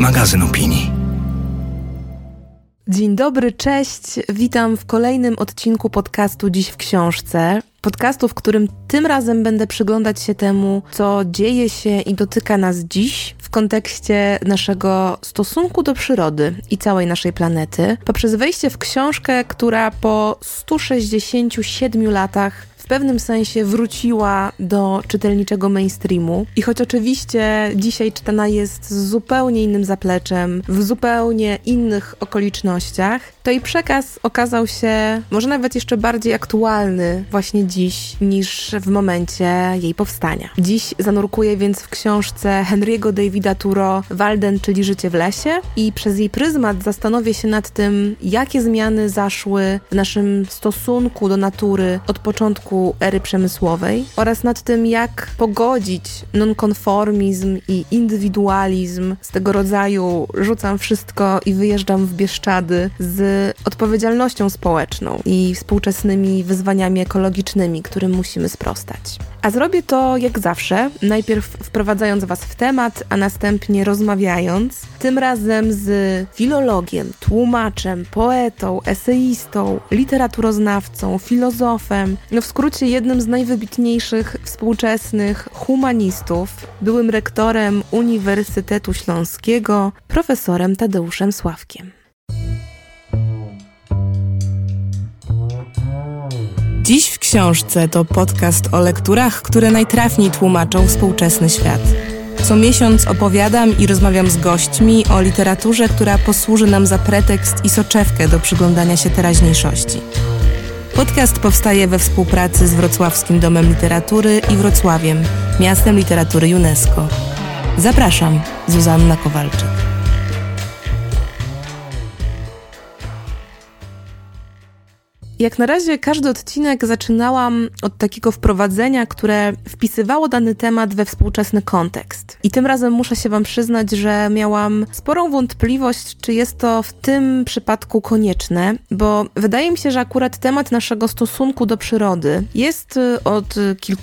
magazyn opinii. Dzień dobry, cześć. Witam w kolejnym odcinku podcastu Dziś w książce. Podcastu, w którym tym razem będę przyglądać się temu, co dzieje się i dotyka nas dziś w kontekście naszego stosunku do przyrody i całej naszej planety, poprzez wejście w książkę, która po 167 latach w pewnym sensie wróciła do czytelniczego mainstreamu. I choć oczywiście dzisiaj czytana jest z zupełnie innym zapleczem, w zupełnie innych okolicznościach, to jej przekaz okazał się może nawet jeszcze bardziej aktualny właśnie dziś niż w momencie jej powstania. Dziś zanurkuję więc w książce Henry'ego Davida Thoreau Walden, czyli Życie w lesie, i przez jej pryzmat zastanowię się nad tym, jakie zmiany zaszły w naszym stosunku do natury od początku ery przemysłowej oraz nad tym, jak pogodzić nonkonformizm i indywidualizm z tego rodzaju rzucam wszystko i wyjeżdżam w Bieszczady z odpowiedzialnością społeczną i współczesnymi wyzwaniami ekologicznymi, którym musimy sprostać. A zrobię to jak zawsze, najpierw wprowadzając Was w temat, a następnie rozmawiając, tym razem z filologiem, tłumaczem, poetą, eseistą, literaturoznawcą, filozofem, w skrócie jednym z najwybitniejszych współczesnych humanistów, byłym rektorem Uniwersytetu Śląskiego, profesorem Tadeuszem Sławkiem. Dziś w książce to podcast o lekturach, które najtrafniej tłumaczą współczesny świat. Co miesiąc opowiadam i rozmawiam z gośćmi o literaturze, która posłuży nam za pretekst i soczewkę do przyglądania się teraźniejszości. Podcast powstaje we współpracy z Wrocławskim Domem Literatury i Wrocławiem, Miastem Literatury UNESCO. Zapraszam, Zuzanna Kowalczyk. Jak na razie każdy odcinek zaczynałam od takiego wprowadzenia, które wpisywało dany temat we współczesny kontekst. I tym razem muszę się Wam przyznać, że miałam sporą wątpliwość, czy jest to w tym przypadku konieczne, bo wydaje mi się, że akurat temat naszego stosunku do przyrody jest od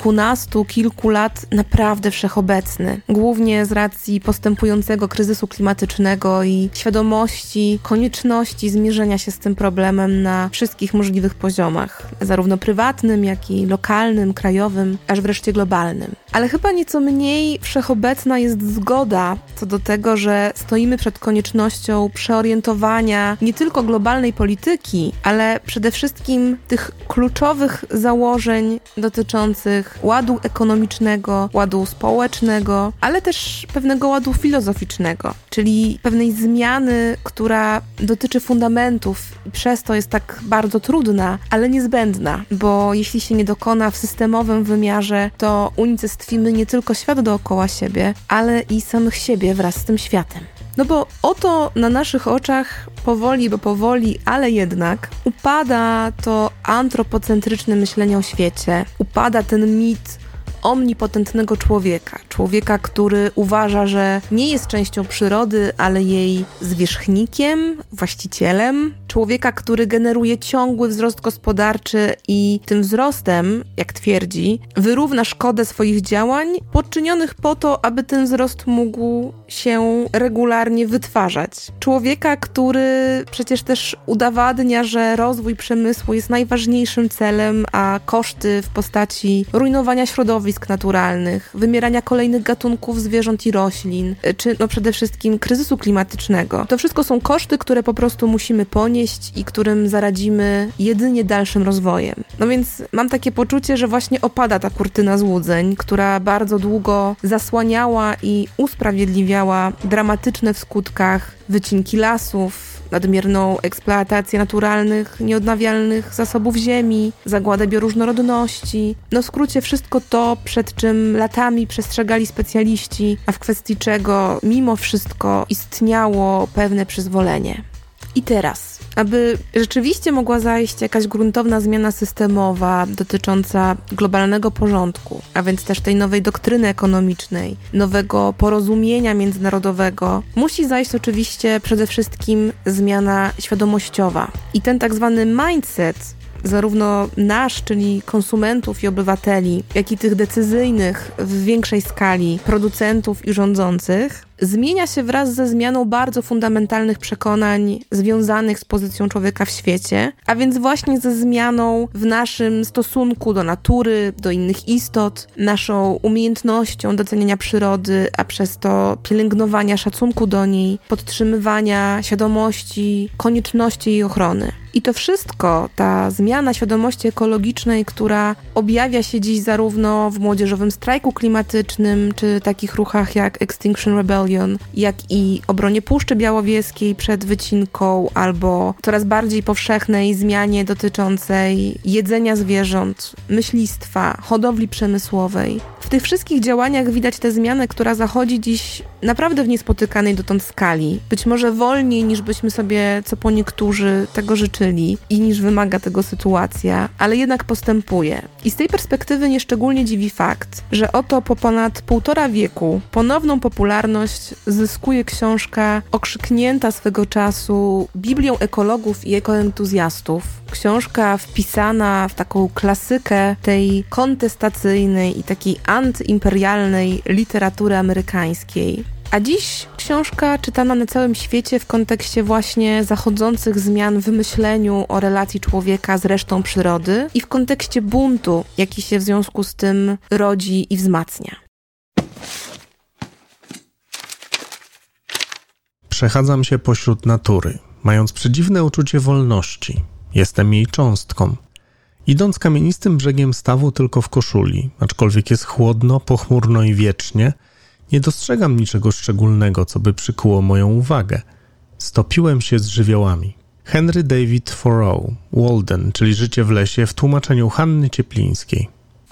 kilku lat naprawdę wszechobecny. Głównie z racji postępującego kryzysu klimatycznego i świadomości konieczności zmierzenia się z tym problemem na wszystkich możliwych poziomach, zarówno prywatnym, jak i lokalnym, krajowym, aż wreszcie globalnym. Ale chyba nieco mniej wszechobecna jest zgoda co do tego, że stoimy przed koniecznością przeorientowania nie tylko globalnej polityki, ale przede wszystkim tych kluczowych założeń dotyczących ładu ekonomicznego, ładu społecznego, ale też pewnego ładu filozoficznego, czyli pewnej zmiany, która dotyczy fundamentów i przez to jest tak bardzo trudna, ale niezbędna, bo jeśli się nie dokona w systemowym wymiarze, to unicestwimy nie tylko świat dookoła siebie, ale i samych siebie wraz z tym światem. No bo oto na naszych oczach powoli, ale jednak upada to antropocentryczne myślenie o świecie, upada ten mit omnipotentnego człowieka, który uważa, że nie jest częścią przyrody, ale jej zwierzchnikiem, właścicielem, człowieka, który generuje ciągły wzrost gospodarczy i tym wzrostem, jak twierdzi, wyrówna szkodę swoich działań podczynionych po to, aby ten wzrost mógł się regularnie wytwarzać. Człowieka, który przecież też udowadnia, że rozwój przemysłu jest najważniejszym celem, a koszty w postaci rujnowania środowisk naturalnych, wymierania kolejnych gatunków zwierząt i roślin, czy przede wszystkim kryzysu klimatycznego. To wszystko są koszty, które po prostu musimy ponieść i którym zaradzimy jedynie dalszym rozwojem. No więc mam takie poczucie, że właśnie opada ta kurtyna złudzeń, która bardzo długo zasłaniała i usprawiedliwiała dramatyczne w skutkach wycinki lasów, nadmierną eksploatację naturalnych, nieodnawialnych zasobów ziemi, zagładę bioróżnorodności. No w skrócie wszystko to, przed czym latami przestrzegali specjaliści, a w kwestii czego mimo wszystko istniało pewne przyzwolenie. I teraz, aby rzeczywiście mogła zajść jakaś gruntowna zmiana systemowa dotycząca globalnego porządku, a więc też tej nowej doktryny ekonomicznej, nowego porozumienia międzynarodowego, musi zajść oczywiście przede wszystkim zmiana świadomościowa. I ten tak zwany mindset, zarówno nasz, czyli konsumentów i obywateli, jak i tych decyzyjnych w większej skali producentów i rządzących, zmienia się wraz ze zmianą bardzo fundamentalnych przekonań związanych z pozycją człowieka w świecie, a więc właśnie ze zmianą w naszym stosunku do natury, do innych istot, naszą umiejętnością doceniania przyrody, a przez to pielęgnowania szacunku do niej, podtrzymywania świadomości, konieczności jej ochrony. I to wszystko, ta zmiana świadomości ekologicznej, która objawia się dziś zarówno w młodzieżowym strajku klimatycznym, czy takich ruchach jak Extinction Rebellion, jak i obronie Puszczy Białowieskiej przed wycinką, albo coraz bardziej powszechnej zmianie dotyczącej jedzenia zwierząt, myślistwa, hodowli przemysłowej. W tych wszystkich działaniach widać tę zmianę, która zachodzi dziś naprawdę w niespotykanej dotąd skali. Być może wolniej, niż byśmy sobie, co po niektórzy, tego życzyli i niż wymaga tego sytuacja, ale jednak postępuje. I z tej perspektywy nieszczególnie dziwi fakt, że oto po ponad 1,5 wieku ponowną popularność zyskuje książka okrzyknięta swego czasu Biblią ekologów i ekoentuzjastów. Książka wpisana w taką klasykę tej kontestacyjnej i takiej antyimperialnej literatury amerykańskiej. A dziś książka czytana na całym świecie w kontekście właśnie zachodzących zmian w myśleniu o relacji człowieka z resztą przyrody i w kontekście buntu, jaki się w związku z tym rodzi i wzmacnia. Przechadzam się pośród natury, mając przedziwne uczucie wolności. Jestem jej cząstką. Idąc kamienistym brzegiem stawu tylko w koszuli, aczkolwiek jest chłodno, pochmurno i wiecznie, nie dostrzegam niczego szczególnego, co by przykuło moją uwagę. Stopiłem się z żywiołami. Henry David Thoreau, Walden, czyli Życie w lesie w tłumaczeniu Hanny Cieplińskiej.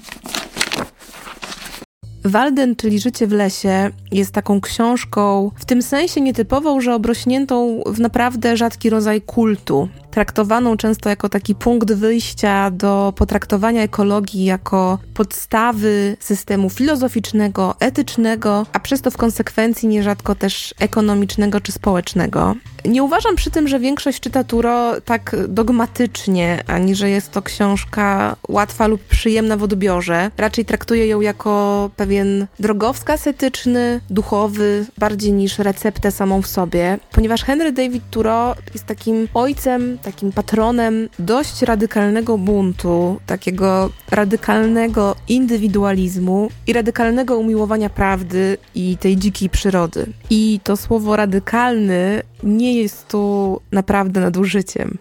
Walden, czyli Życie w lesie, jest taką książką w tym sensie nietypową, że obrośniętą w naprawdę rzadki rodzaj kultu. Traktowaną często jako taki punkt wyjścia do potraktowania ekologii jako podstawy systemu filozoficznego, etycznego, a przez to w konsekwencji nierzadko też ekonomicznego czy społecznego. Nie uważam przy tym, że większość czyta Thoreau tak dogmatycznie, ani że jest to książka łatwa lub przyjemna w odbiorze. Raczej traktuję ją jako pewien drogowskaz etyczny, duchowy, bardziej niż receptę samą w sobie, ponieważ Henry David Thoreau jest takim ojcem, takim patronem dość radykalnego buntu, takiego radykalnego indywidualizmu i radykalnego umiłowania prawdy i tej dzikiej przyrody. I to słowo radykalny nie jest tu naprawdę nadużyciem.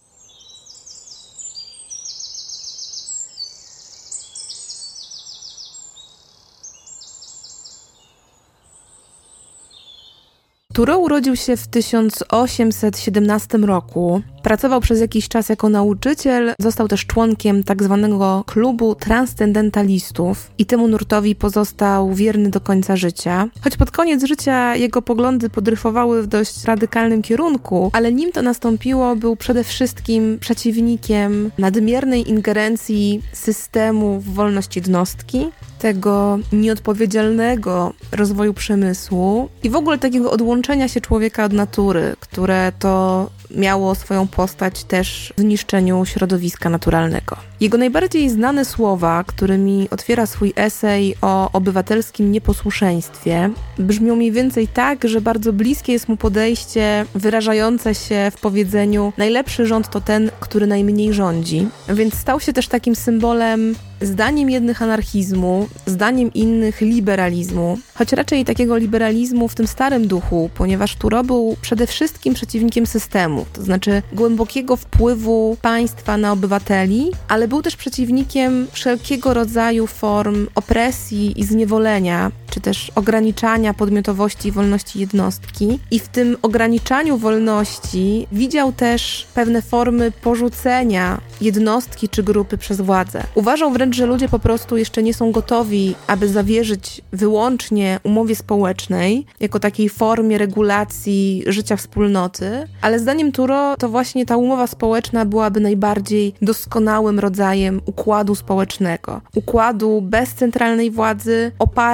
Thoreau urodził się w 1817 roku. Pracował przez jakiś czas jako nauczyciel, został też członkiem tak zwanego klubu transcendentalistów i temu nurtowi pozostał wierny do końca życia. Choć pod koniec życia jego poglądy podryfowały w dość radykalnym kierunku, ale nim to nastąpiło, był przede wszystkim przeciwnikiem nadmiernej ingerencji systemu w wolność jednostki, tego nieodpowiedzialnego rozwoju przemysłu i w ogóle takiego odłączenia się człowieka od natury, które to miało swoją postać też w niszczeniu środowiska naturalnego. Jego najbardziej znane słowa, którymi otwiera swój esej o obywatelskim nieposłuszeństwie, brzmią mniej więcej tak, że bardzo bliskie jest mu podejście wyrażające się w powiedzeniu najlepszy rząd to ten, który najmniej rządzi. Więc stał się też takim symbolem zdaniem jednych anarchizmu, zdaniem innych liberalizmu, choć raczej takiego liberalizmu w tym starym duchu, ponieważ Thoreau był przede wszystkim przeciwnikiem systemu, to znaczy głębokiego wpływu państwa na obywateli, ale był też przeciwnikiem wszelkiego rodzaju form opresji i zniewolenia, czy też ograniczania podmiotowości i wolności jednostki. I w tym ograniczaniu wolności widział też pewne formy porzucenia jednostki czy grupy przez władzę. Uważał wręcz, że ludzie po prostu jeszcze nie są gotowi, aby zawierzyć wyłącznie umowie społecznej, jako takiej formie regulacji życia wspólnoty, ale zdaniem Thoreau to właśnie ta umowa społeczna byłaby najbardziej doskonałym rodzajem układu społecznego. Układu bez centralnej władzy, opartym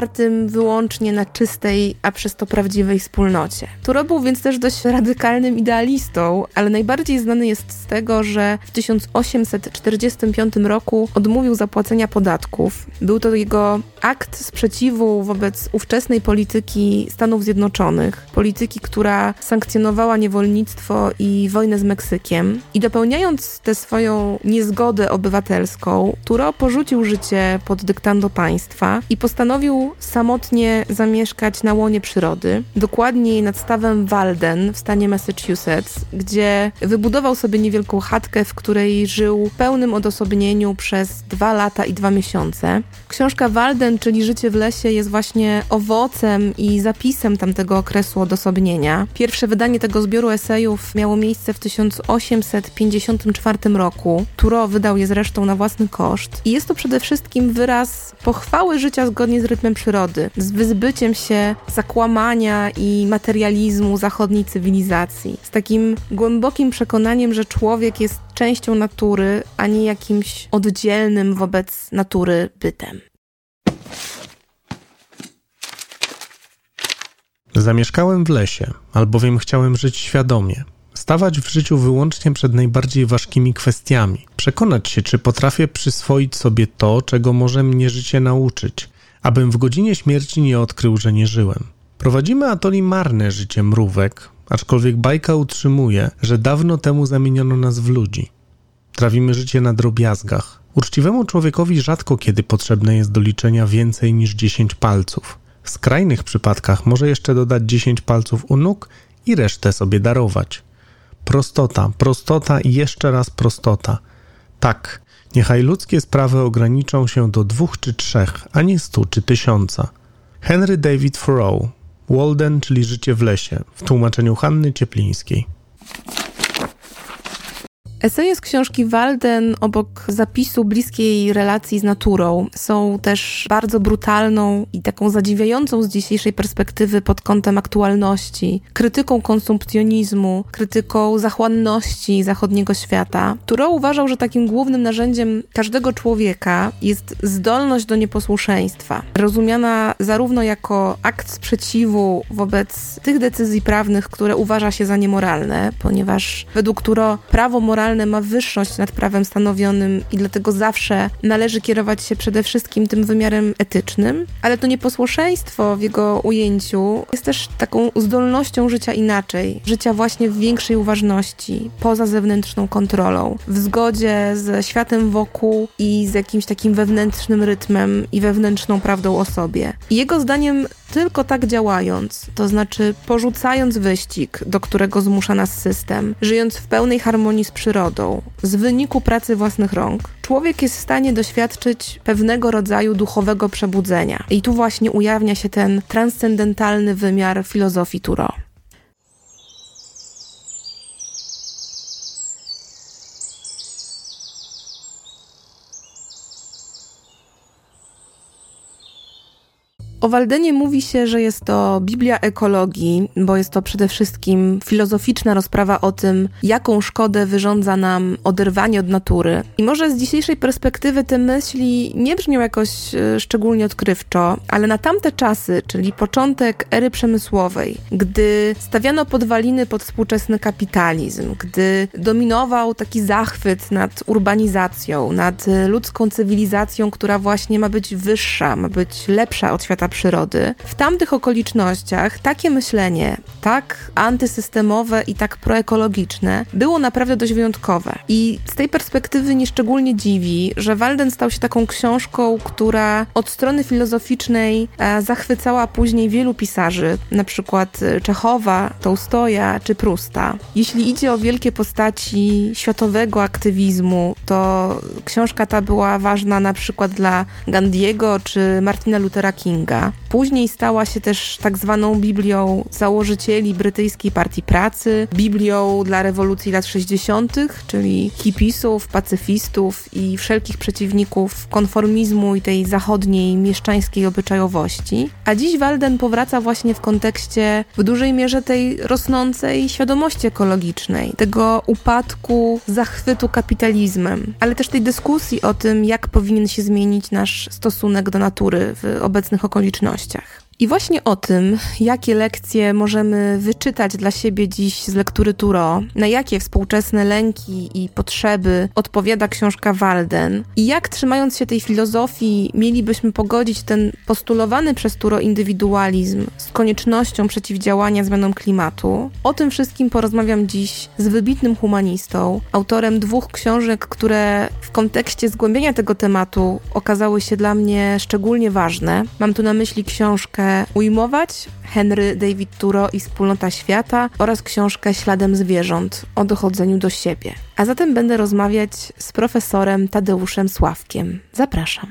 opartym wyłącznie na czystej, a przez to prawdziwej wspólnocie. Thoreau był więc też dość radykalnym idealistą, ale najbardziej znany jest z tego, że w 1845 roku odmówił zapłacenia podatków. Był to jego akt sprzeciwu wobec ówczesnej polityki Stanów Zjednoczonych, polityki, która sankcjonowała niewolnictwo i wojnę z Meksykiem. I dopełniając tę swoją niezgodę obywatelską, Thoreau porzucił życie pod dyktando państwa i postanowił samotnie zamieszkać na łonie przyrody, dokładniej nad stawem Walden w stanie Massachusetts, gdzie wybudował sobie niewielką chatkę, w której żył w pełnym odosobnieniu przez 2 lata i 2 miesiące. Książka Walden, czyli Życie w lesie, jest właśnie owocem i zapisem tamtego okresu odosobnienia. Pierwsze wydanie tego zbioru esejów miało miejsce w 1854 roku. Thoreau wydał je zresztą na własny koszt. I jest to przede wszystkim wyraz pochwały życia zgodnie z rytmem przyrody, z wyzbyciem się zakłamania i materializmu zachodniej cywilizacji, z takim głębokim przekonaniem, że człowiek jest częścią natury, a nie jakimś oddzielnym wobec natury bytem. Zamieszkałem w lesie, albowiem chciałem żyć świadomie. Stawać w życiu wyłącznie przed najbardziej ważkimi kwestiami. Przekonać się, czy potrafię przyswoić sobie to, czego może mnie życie nauczyć, abym w godzinie śmierci nie odkrył, że nie żyłem. Prowadzimy atoli marne życie mrówek, aczkolwiek bajka utrzymuje, że dawno temu zamieniono nas w ludzi. Trawimy życie na drobiazgach. Uczciwemu człowiekowi rzadko kiedy potrzebne jest do liczenia więcej niż 10 palców. W skrajnych przypadkach może jeszcze dodać 10 palców u nóg i resztę sobie darować. Prostota, prostota i jeszcze raz prostota. Tak, niechaj ludzkie sprawy ograniczą się do 2 czy 3, a nie 100 czy 1000. Henry David Thoreau, Walden, czyli Życie w lesie, w tłumaczeniu Hanny Cieplińskiej. Eseje z książki Walden, obok zapisu bliskiej relacji z naturą, są też bardzo brutalną i taką zadziwiającą z dzisiejszej perspektywy pod kątem aktualności, krytyką konsumpcjonizmu, krytyką zachłanności zachodniego świata. Thoreau uważał, że takim głównym narzędziem każdego człowieka jest zdolność do nieposłuszeństwa, rozumiana zarówno jako akt sprzeciwu wobec tych decyzji prawnych, które uważa się za niemoralne, ponieważ według Thoreau prawo moralne ma wyższość nad prawem stanowionym i dlatego zawsze należy kierować się przede wszystkim tym wymiarem etycznym, ale to nieposłuszeństwo w jego ujęciu jest też taką zdolnością życia inaczej, życia właśnie w większej uważności, poza zewnętrzną kontrolą, w zgodzie ze światem wokół i z jakimś takim wewnętrznym rytmem i wewnętrzną prawdą o sobie. I jego zdaniem tylko tak działając, to znaczy porzucając wyścig, do którego zmusza nas system, żyjąc w pełnej harmonii z przyrodą, z wyniku pracy własnych rąk, człowiek jest w stanie doświadczyć pewnego rodzaju duchowego przebudzenia. I tu właśnie ujawnia się ten transcendentalny wymiar filozofii Thoreau. O Waldenie mówi się, że jest to Biblia ekologii, bo jest to przede wszystkim filozoficzna rozprawa o tym, jaką szkodę wyrządza nam oderwanie od natury. I może z dzisiejszej perspektywy te myśli nie brzmią jakoś szczególnie odkrywczo, ale na tamte czasy, czyli początek ery przemysłowej, gdy stawiano podwaliny pod współczesny kapitalizm, gdy dominował taki zachwyt nad urbanizacją, nad ludzką cywilizacją, która właśnie ma być wyższa, ma być lepsza od świata przyrody. W tamtych okolicznościach takie myślenie, tak antysystemowe i tak proekologiczne, było naprawdę dość wyjątkowe. I z tej perspektywy nieszczególnie dziwi, że Walden stał się taką książką, która od strony filozoficznej zachwycała później wielu pisarzy, na przykład Czechowa, Tołstoja czy Prusta. Jeśli idzie o wielkie postaci światowego aktywizmu, to książka ta była ważna na przykład dla Gandhiego czy Martina Luthera Kinga. Później stała się też tak zwaną Biblią założycieli brytyjskiej Partii Pracy, Biblią dla rewolucji lat 60., czyli hipisów, pacyfistów i wszelkich przeciwników konformizmu i tej zachodniej mieszczańskiej obyczajowości. A dziś Walden powraca właśnie w kontekście w dużej mierze tej rosnącej świadomości ekologicznej, tego upadku zachwytu kapitalizmem, ale też tej dyskusji o tym, jak powinien się zmienić nasz stosunek do natury w obecnych okolicznościach. okolicznościach. I właśnie o tym, jakie lekcje możemy wyczytać dla siebie dziś z lektury Thoreau, na jakie współczesne lęki i potrzeby odpowiada książka Walden i jak, trzymając się tej filozofii, mielibyśmy pogodzić ten postulowany przez Thoreau indywidualizm z koniecznością przeciwdziałania zmianom klimatu. O tym wszystkim porozmawiam dziś z wybitnym humanistą, autorem 2 książek, które w kontekście zgłębienia tego tematu okazały się dla mnie szczególnie ważne. Mam tu na myśli książkę Ujmować, Henry David Thoreau i Wspólnota Świata oraz książkę Śladem zwierząt o dochodzeniu do siebie. A zatem będę rozmawiać z profesorem Tadeuszem Sławkiem. Zapraszam.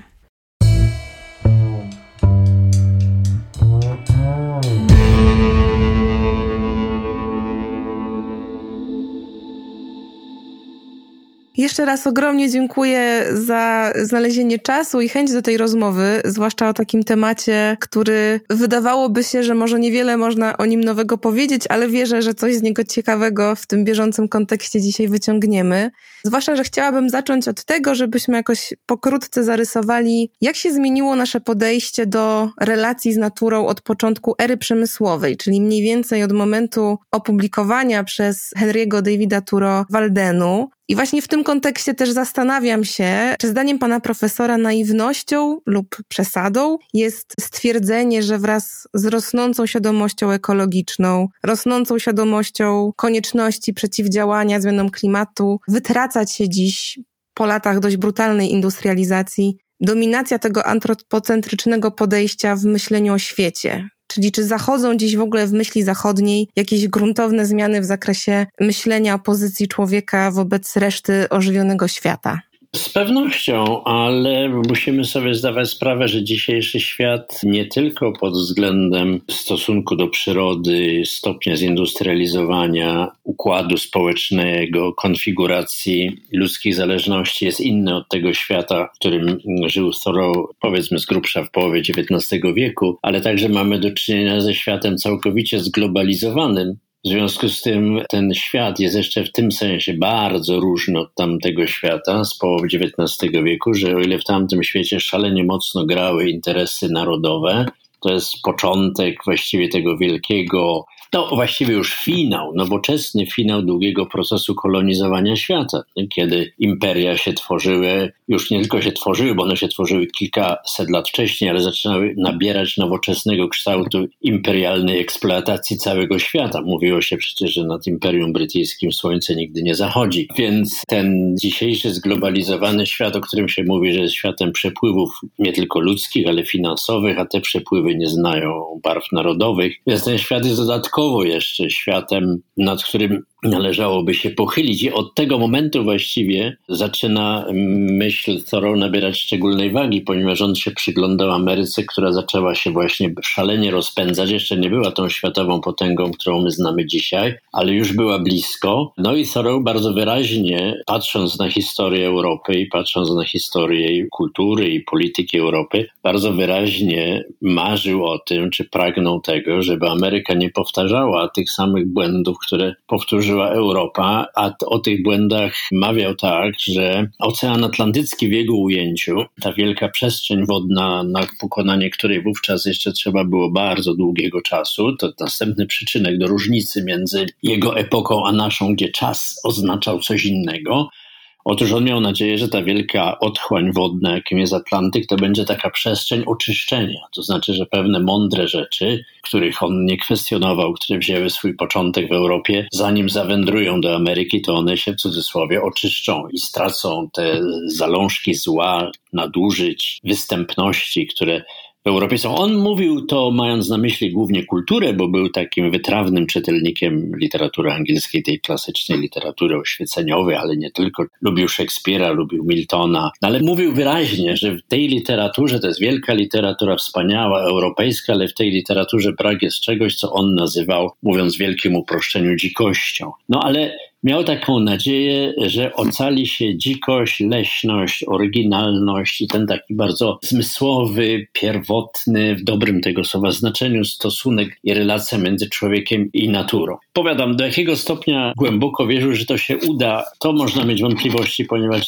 Jeszcze raz ogromnie dziękuję za znalezienie czasu i chęć do tej rozmowy, zwłaszcza o takim temacie, który wydawałoby się, że może niewiele można o nim nowego powiedzieć, ale wierzę, że coś z niego ciekawego w tym bieżącym kontekście dzisiaj wyciągniemy. Zwłaszcza, że chciałabym zacząć od tego, żebyśmy jakoś pokrótce zarysowali, jak się zmieniło nasze podejście do relacji z naturą od początku ery przemysłowej, czyli mniej więcej od momentu opublikowania przez Henry'ego Davida Thoreau Waldenu. I właśnie w tym kontekście też zastanawiam się, czy zdaniem pana profesora naiwnością lub przesadą jest stwierdzenie, że wraz z rosnącą świadomością ekologiczną, rosnącą świadomością konieczności przeciwdziałania zmianom klimatu, wytracać się dziś po latach dość brutalnej industrializacji dominacja tego antropocentrycznego podejścia w myśleniu o świecie. Czyli czy zachodzą dziś w ogóle w myśli zachodniej jakieś gruntowne zmiany w zakresie myślenia o pozycji człowieka wobec reszty ożywionego świata? Z pewnością, ale musimy sobie zdawać sprawę, że dzisiejszy świat nie tylko pod względem stosunku do przyrody, stopnia zindustrializowania, układu społecznego, konfiguracji ludzkich zależności jest inny od tego świata, w którym żył Thoreau, powiedzmy z grubsza w połowie XIX wieku, ale także mamy do czynienia ze światem całkowicie zglobalizowanym. W związku z tym ten świat jest jeszcze w tym sensie bardzo różny od tamtego świata z połowy XIX wieku, że o ile w tamtym świecie szalenie mocno grały interesy narodowe, to jest początek właściwie tego wielkiego, właściwie już finał, nowoczesny finał długiego procesu kolonizowania świata, kiedy imperia się tworzyły, już nie tylko się tworzyły, bo one się tworzyły kilkaset lat wcześniej, ale zaczynały nabierać nowoczesnego kształtu imperialnej eksploatacji całego świata. Mówiło się przecież, że nad Imperium Brytyjskim słońce nigdy nie zachodzi. Więc ten dzisiejszy zglobalizowany świat, o którym się mówi, że jest światem przepływów nie tylko ludzkich, ale finansowych, a te przepływy nie znają barw narodowych, więc ten świat jest dodatkowo jeszcze światem, nad którym należałoby się pochylić i od tego momentu właściwie zaczyna myśl Thoreau nabierać szczególnej wagi, ponieważ on się przyglądał Ameryce, która zaczęła się właśnie szalenie rozpędzać. Jeszcze nie była tą światową potęgą, którą my znamy dzisiaj, ale już była blisko. No i Thoreau bardzo wyraźnie, patrząc na historię Europy i patrząc na historię kultury i polityki Europy, bardzo wyraźnie marzył o tym, czy pragnął tego, żeby Ameryka nie powtarzała tych samych błędów, które powtórzyła Europa, a o tych błędach mawiał tak, że Ocean Atlantycki w jego ujęciu, ta wielka przestrzeń wodna, na pokonanie której wówczas jeszcze trzeba było bardzo długiego czasu, to następny przyczynek do różnicy między jego epoką a naszą, gdzie czas oznaczał coś innego. Otóż on miał nadzieję, że ta wielka otchłań wodna, jakim jest Atlantyk, to będzie taka przestrzeń oczyszczenia. To znaczy, że pewne mądre rzeczy, których on nie kwestionował, które wzięły swój początek w Europie, zanim zawędrują do Ameryki, to one się w cudzysłowie oczyszczą i stracą te zalążki zła, nadużyć, występności, które w Europie są. On mówił to mając na myśli głównie kulturę, bo był takim wytrawnym czytelnikiem literatury angielskiej, tej klasycznej literatury oświeceniowej, ale nie tylko. Lubił Szekspira, lubił Miltona, ale mówił wyraźnie, że w tej literaturze, to jest wielka literatura, wspaniała, europejska, ale w tej literaturze brak jest czegoś, co on nazywał, mówiąc w wielkim uproszczeniu, dzikością. No ale miał taką nadzieję, że ocali się dzikość, leśność, oryginalność i ten taki bardzo zmysłowy, pierwotny, w dobrym tego słowa znaczeniu, stosunek i relacja między człowiekiem i naturą. Powiadam, do jakiego stopnia głęboko wierzył, że to się uda, to można mieć wątpliwości, ponieważ jest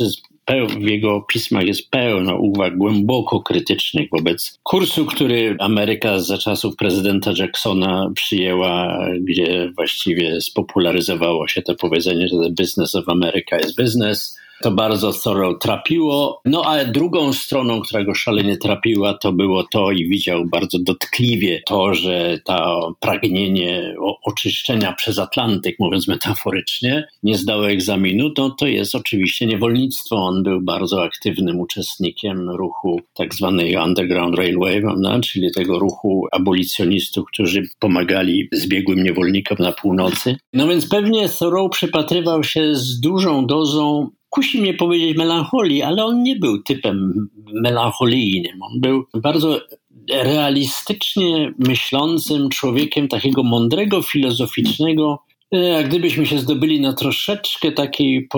w jego pismach jest pełno uwag głęboko krytycznych wobec kursu, który Ameryka za czasów prezydenta Jacksona przyjęła, gdzie właściwie spopularyzowało się to powiedzenie, że the business of America is business. To bardzo Thoreau trapiło. No a drugą stroną, która go szalenie trapiła, to było to i widział bardzo dotkliwie to, że to pragnienie oczyszczenia przez Atlantyk, mówiąc metaforycznie, nie zdało egzaminu, to jest oczywiście niewolnictwo. On był bardzo aktywnym uczestnikiem ruchu tak zwanej Underground Railway, czyli tego ruchu abolicjonistów, którzy pomagali zbiegłym niewolnikom na północy. No więc pewnie Thoreau przypatrywał się z dużą dozą, kusi mnie powiedzieć, melancholii, ale on nie był typem melancholijnym. On był bardzo realistycznie myślącym człowiekiem, takiego mądrego, filozoficznego. Jak gdybyśmy się zdobyli na troszeczkę takiej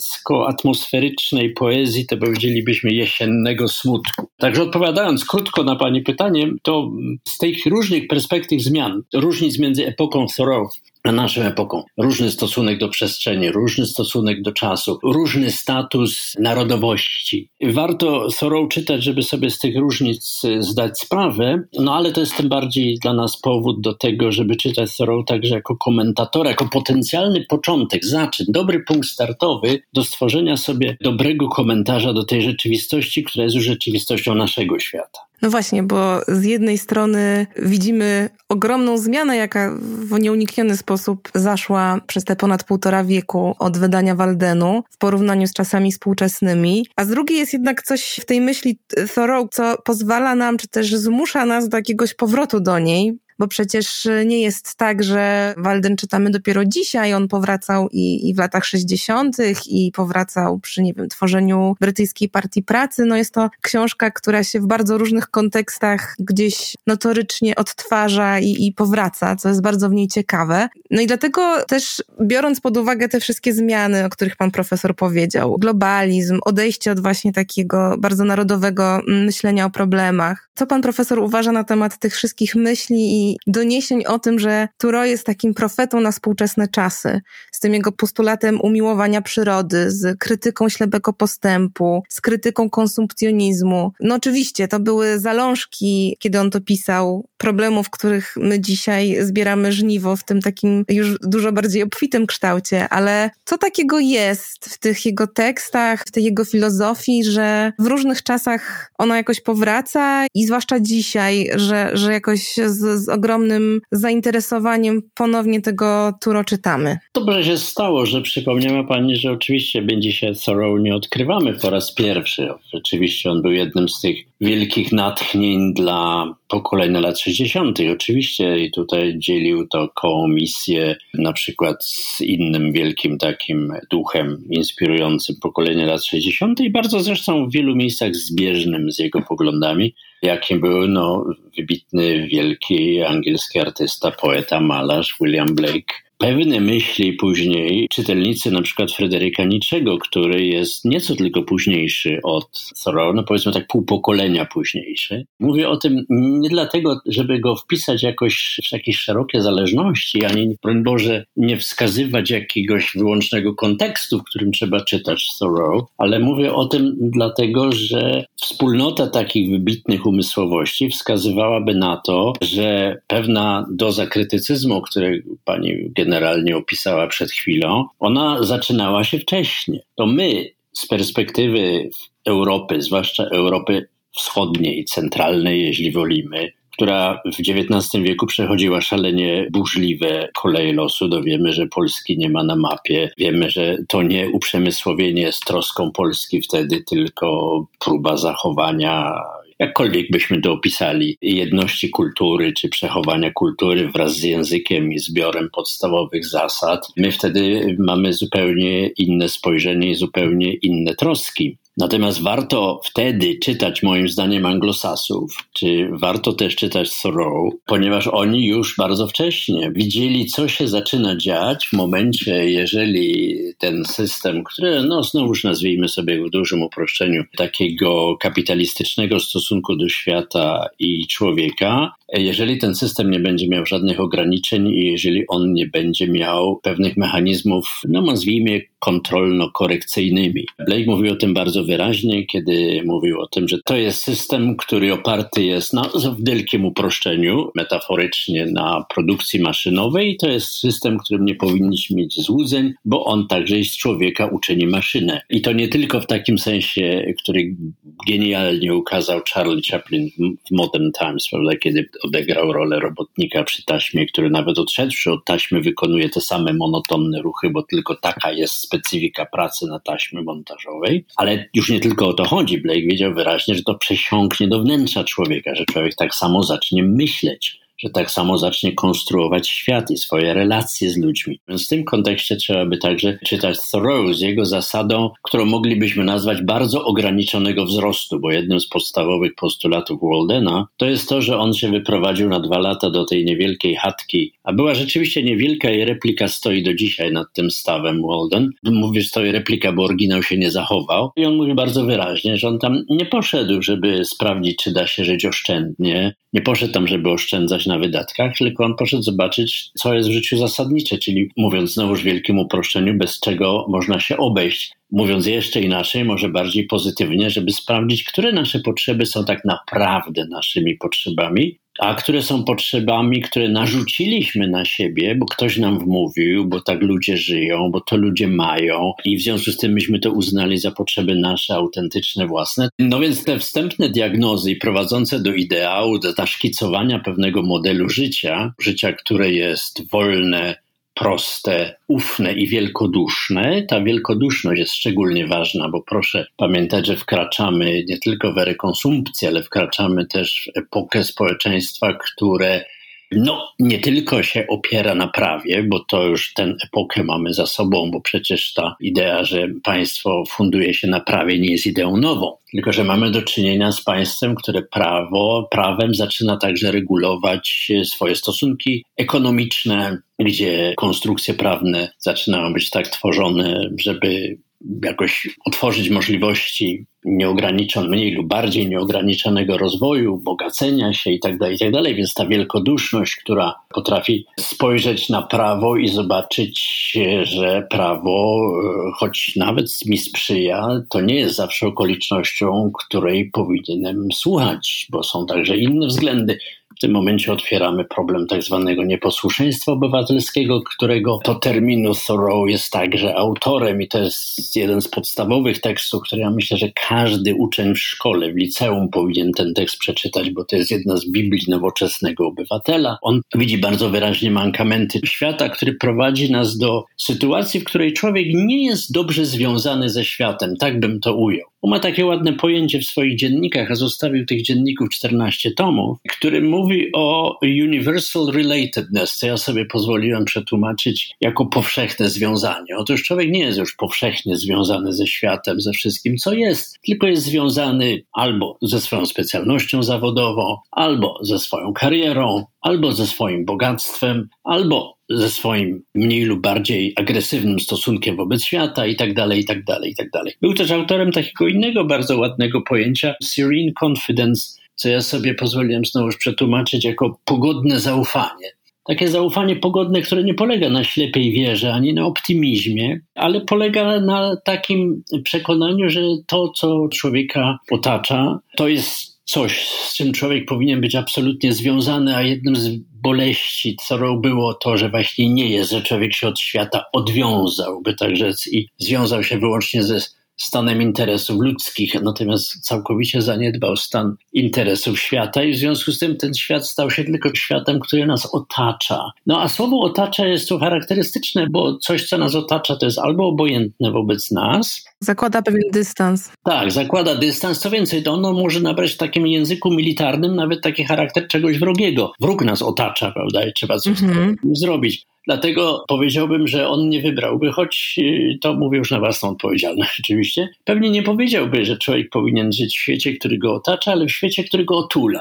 poetycko-atmosferycznej poezji, to powiedzielibyśmy jesiennego smutku. Także odpowiadając krótko na pani pytanie, to z tych różnych perspektyw zmian, różnic między epoką Thoreau a naszą epoką, różny stosunek do przestrzeni, różny stosunek do czasu, różny status narodowości. Warto Thoreau czytać, żeby sobie z tych różnic zdać sprawę, no ale to jest tym bardziej dla nas powód do tego, żeby czytać Thoreau także jako komentatora, jako potencjalny początek, zaczyn, dobry punkt startowy do stworzenia sobie dobrego komentarza do tej rzeczywistości, która jest już rzeczywistością naszego świata. No właśnie, bo z jednej strony widzimy ogromną zmianę, jaka w nieunikniony sposób zaszła przez te ponad 1,5 wieku od wydania Waldenu w porównaniu z czasami współczesnymi, a z drugiej jest jednak coś w tej myśli Thoreau, co pozwala nam, czy też zmusza nas do jakiegoś powrotu do niej, bo przecież nie jest tak, że Walden czytamy dopiero dzisiaj, on powracał i w latach 60. i powracał przy, tworzeniu Brytyjskiej Partii Pracy. No jest to książka, która się w bardzo różnych kontekstach gdzieś notorycznie odtwarza i powraca, co jest bardzo w niej ciekawe. No i dlatego też, biorąc pod uwagę te wszystkie zmiany, o których pan profesor powiedział, globalizm, odejście od właśnie takiego bardzo narodowego myślenia o problemach. Co pan profesor uważa na temat tych wszystkich myśli i doniesień o tym, że Thoreau jest takim profetą na współczesne czasy, z tym jego postulatem umiłowania przyrody, z krytyką ślepego postępu, z krytyką konsumpcjonizmu. No oczywiście, to były zalążki, kiedy on to pisał, problemów, których my dzisiaj zbieramy żniwo w tym takim już dużo bardziej obfitym kształcie, ale co takiego jest w tych jego tekstach, w tej jego filozofii, że w różnych czasach ona jakoś powraca i zwłaszcza dzisiaj, że jakoś z ogromnym zainteresowaniem ponownie tego Thoreau czytamy. Dobrze się stało, że przypomniała pani, że oczywiście dzisiaj Thoreau nie odkrywamy po raz pierwszy. Rzeczywiście on był jednym z tych wielkich natchnień dla pokolenia lat 60. Oczywiście i tutaj dzielił to misję na przykład z innym wielkim takim duchem inspirującym pokolenie lat 60. i bardzo zresztą w wielu miejscach zbieżnym z jego poglądami, jakim był wybitny, wielki angielski artysta, poeta, malarz William Blake. Pewne myśli później czytelnicy na przykład Fryderyka Nietzschego, który jest nieco tylko późniejszy od Thoreau, powiedzmy tak pół pokolenia późniejszy. Mówię o tym nie dlatego, żeby go wpisać jakoś w jakieś szerokie zależności, ani broń Boże nie wskazywać jakiegoś wyłącznego kontekstu, w którym trzeba czytać Thoreau, ale mówię o tym dlatego, że wspólnota takich wybitnych umysłowości wskazywałaby na to, że pewna doza krytycyzmu, który pani generalnie opisała przed chwilą, ona zaczynała się wcześniej. To my z perspektywy Europy, zwłaszcza Europy wschodniej, centralnej, jeśli wolimy, która w XIX wieku przechodziła szalenie burzliwe koleje losu. Wiemy, że Polski nie ma na mapie. Wiemy, że to nie uprzemysłowienie jest troską Polski wtedy, tylko próba zachowania, jakkolwiek byśmy to opisali, jedności kultury czy przechowania kultury wraz z językiem i zbiorem podstawowych zasad. My wtedy mamy zupełnie inne spojrzenie i zupełnie inne troski. Natomiast warto wtedy czytać, moim zdaniem, anglosasów, czy warto też czytać Thoreau, ponieważ oni już bardzo wcześnie widzieli, co się zaczyna dziać w momencie, jeżeli ten system, który, znowuż nazwijmy sobie w dużym uproszczeniu, takiego kapitalistycznego stosunku do świata i człowieka, jeżeli ten system nie będzie miał żadnych ograniczeń i jeżeli on nie będzie miał pewnych mechanizmów, nazwijmy kontrolno-korekcyjnymi. Blake mówił o tym bardzo wyraźnie, kiedy mówił o tym, że to jest system, który oparty jest w wielkim uproszczeniu, metaforycznie na produkcji maszynowej i to jest system, którym nie powinniśmy mieć złudzeń, bo on także z człowieka uczyni maszynę. I to nie tylko w takim sensie, który genialnie ukazał Charlie Chaplin w Modern Times, prawda, kiedy odegrał rolę robotnika przy taśmie, który nawet odszedłszy od taśmy wykonuje te same monotonne ruchy, bo tylko taka jest specyfika pracy na taśmie montażowej. Ale już nie tylko o to chodzi. Blake wiedział wyraźnie, że to przesiąknie do wnętrza człowieka, że człowiek tak samo zacznie myśleć, że tak samo zacznie konstruować świat i swoje relacje z ludźmi. Więc w tym kontekście trzeba by także czytać Thoreau z jego zasadą, którą moglibyśmy nazwać bardzo ograniczonego wzrostu, bo jednym z podstawowych postulatów Waldena to jest to, że on się wyprowadził na 2 lata do tej niewielkiej chatki, a była rzeczywiście niewielka i replika stoi do dzisiaj nad tym stawem Walden. Mówię, że stoi replika, bo oryginał się nie zachował. I on mówi bardzo wyraźnie, że on tam nie poszedł, żeby sprawdzić, czy da się żyć oszczędnie. Nie poszedł tam, żeby oszczędzać na wydatkach, tylko on poszedł zobaczyć, co jest w życiu zasadnicze, czyli mówiąc znowuż w wielkim uproszczeniu, bez czego można się obejść. Mówiąc jeszcze inaczej, może bardziej pozytywnie, żeby sprawdzić, które nasze potrzeby są tak naprawdę naszymi potrzebami, a które są potrzebami, które narzuciliśmy na siebie, bo ktoś nam wmówił, bo tak ludzie żyją, bo to ludzie mają i w związku z tym myśmy to uznali za potrzeby nasze, autentyczne, własne. No więc te wstępne diagnozy i prowadzące do ideału, do naszkicowania pewnego modelu życia, które jest wolne, proste, ufne i wielkoduszne. Ta wielkoduszność jest szczególnie ważna, bo proszę pamiętać, że wkraczamy nie tylko w erę konsumpcji, ale wkraczamy też w epokę społeczeństwa, które nie tylko się opiera na prawie, bo to już tę epokę mamy za sobą, bo przecież ta idea, że państwo funduje się na prawie, nie jest ideą nową. Tylko że mamy do czynienia z państwem, które prawem zaczyna także regulować swoje stosunki ekonomiczne, gdzie konstrukcje prawne zaczynają być tak tworzone, żeby jakoś otworzyć możliwości mniej lub bardziej nieograniczonego rozwoju, bogacenia się itd., więc ta wielkoduszność, która potrafi spojrzeć na prawo i zobaczyć, że prawo, choć nawet mi sprzyja, to nie jest zawsze okolicznością, której powinienem słuchać, bo są także inne względy. W tym momencie otwieramy problem tak zwanego nieposłuszeństwa obywatelskiego, którego to terminu Thoreau jest także autorem i to jest jeden z podstawowych tekstów, który ja myślę, że każdy uczeń w szkole, w liceum powinien ten tekst przeczytać, bo to jest jedna z Biblii nowoczesnego obywatela. On widzi bardzo wyraźnie mankamenty świata, który prowadzi nas do sytuacji, w której człowiek nie jest dobrze związany ze światem, tak bym to ujął. On ma takie ładne pojęcie w swoich dziennikach, a zostawił tych dzienników 14 tomów, który mówi o universal relatedness, co ja sobie pozwoliłem przetłumaczyć jako powszechne związanie. Otóż człowiek nie jest już powszechnie związany ze światem, ze wszystkim, co jest, tylko jest związany albo ze swoją specjalnością zawodową, albo ze swoją karierą, albo ze swoim bogactwem, albo ze swoim mniej lub bardziej agresywnym stosunkiem wobec świata i tak dalej, i tak dalej, i tak dalej. Był też autorem takiego innego bardzo ładnego pojęcia serene confidence, co ja sobie pozwoliłem znowu przetłumaczyć jako pogodne zaufanie. Takie zaufanie pogodne, które nie polega na ślepej wierze ani na optymizmie, ale polega na takim przekonaniu, że to, co człowieka otacza, to jest coś, z czym człowiek powinien być absolutnie związany, a jednym z boleści Thoreau było to, że właśnie nie jest, że człowiek się od świata odwiązał, by tak rzec, i związał się wyłącznie ze stanem interesów ludzkich, natomiast całkowicie zaniedbał stan interesów świata i w związku z tym ten świat stał się tylko światem, który nas otacza. No a słowo otacza jest tu charakterystyczne, bo coś, co nas otacza, to jest albo obojętne wobec nas. Zakłada pewien dystans. Tak, zakłada dystans. Co więcej, to ono może nabrać w takim języku militarnym nawet taki charakter czegoś wrogiego. Wróg nas otacza, prawda, i trzeba coś z tym zrobić. Dlatego powiedziałbym, że on nie wybrałby, choć to mówię już na własną odpowiedzialność oczywiście. Pewnie nie powiedziałby, że człowiek powinien żyć w świecie, który go otacza, ale w świecie, który go otula.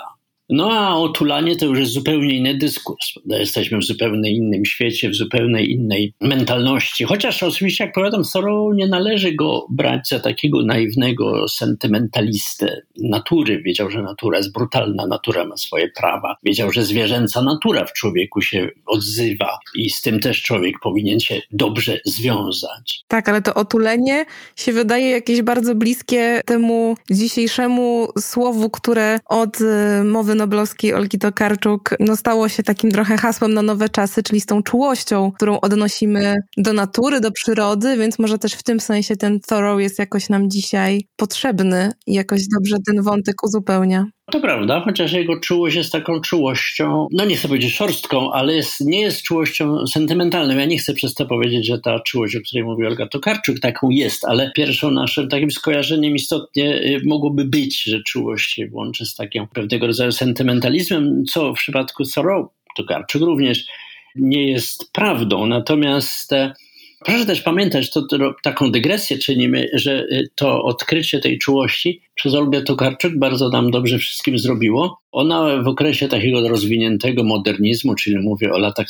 No a otulanie to już jest zupełnie inny dyskurs. Jesteśmy w zupełnie innym świecie, w zupełnie innej mentalności. Chociaż oczywiście, jak powiadam, Thoreau nie należy go brać za takiego naiwnego sentymentalistę natury. Wiedział, że natura jest brutalna, natura ma swoje prawa. Wiedział, że zwierzęca natura w człowieku się odzywa i z tym też człowiek powinien się dobrze związać. Tak, ale to otulenie się wydaje jakieś bardzo bliskie temu dzisiejszemu słowu, które od mowy noblowskiej Olgi Tokarczuk stało się takim trochę hasłem na nowe czasy, czyli z tą czułością, którą odnosimy do natury, do przyrody, więc może też w tym sensie ten Thoreau jest jakoś nam dzisiaj potrzebny i jakoś dobrze ten wątek uzupełnia. To prawda, chociaż jego czułość jest taką czułością, nie chcę powiedzieć szorstką, ale nie jest czułością sentymentalną. Ja nie chcę przez to powiedzieć, że ta czułość, o której mówi Olga Tokarczuk, taką jest, ale pierwszym naszym takim skojarzeniem istotnie mogłoby być, że czułość się łączy z takim pewnego rodzaju sentymentalizmem, co w przypadku Thoreau, Tokarczuk również nie jest prawdą. Natomiast proszę też pamiętać, taką dygresję czynimy, że to odkrycie tej czułości przez Olgę Tokarczuk bardzo nam dobrze wszystkim zrobiło. Ona w okresie takiego rozwiniętego modernizmu, czyli mówię o latach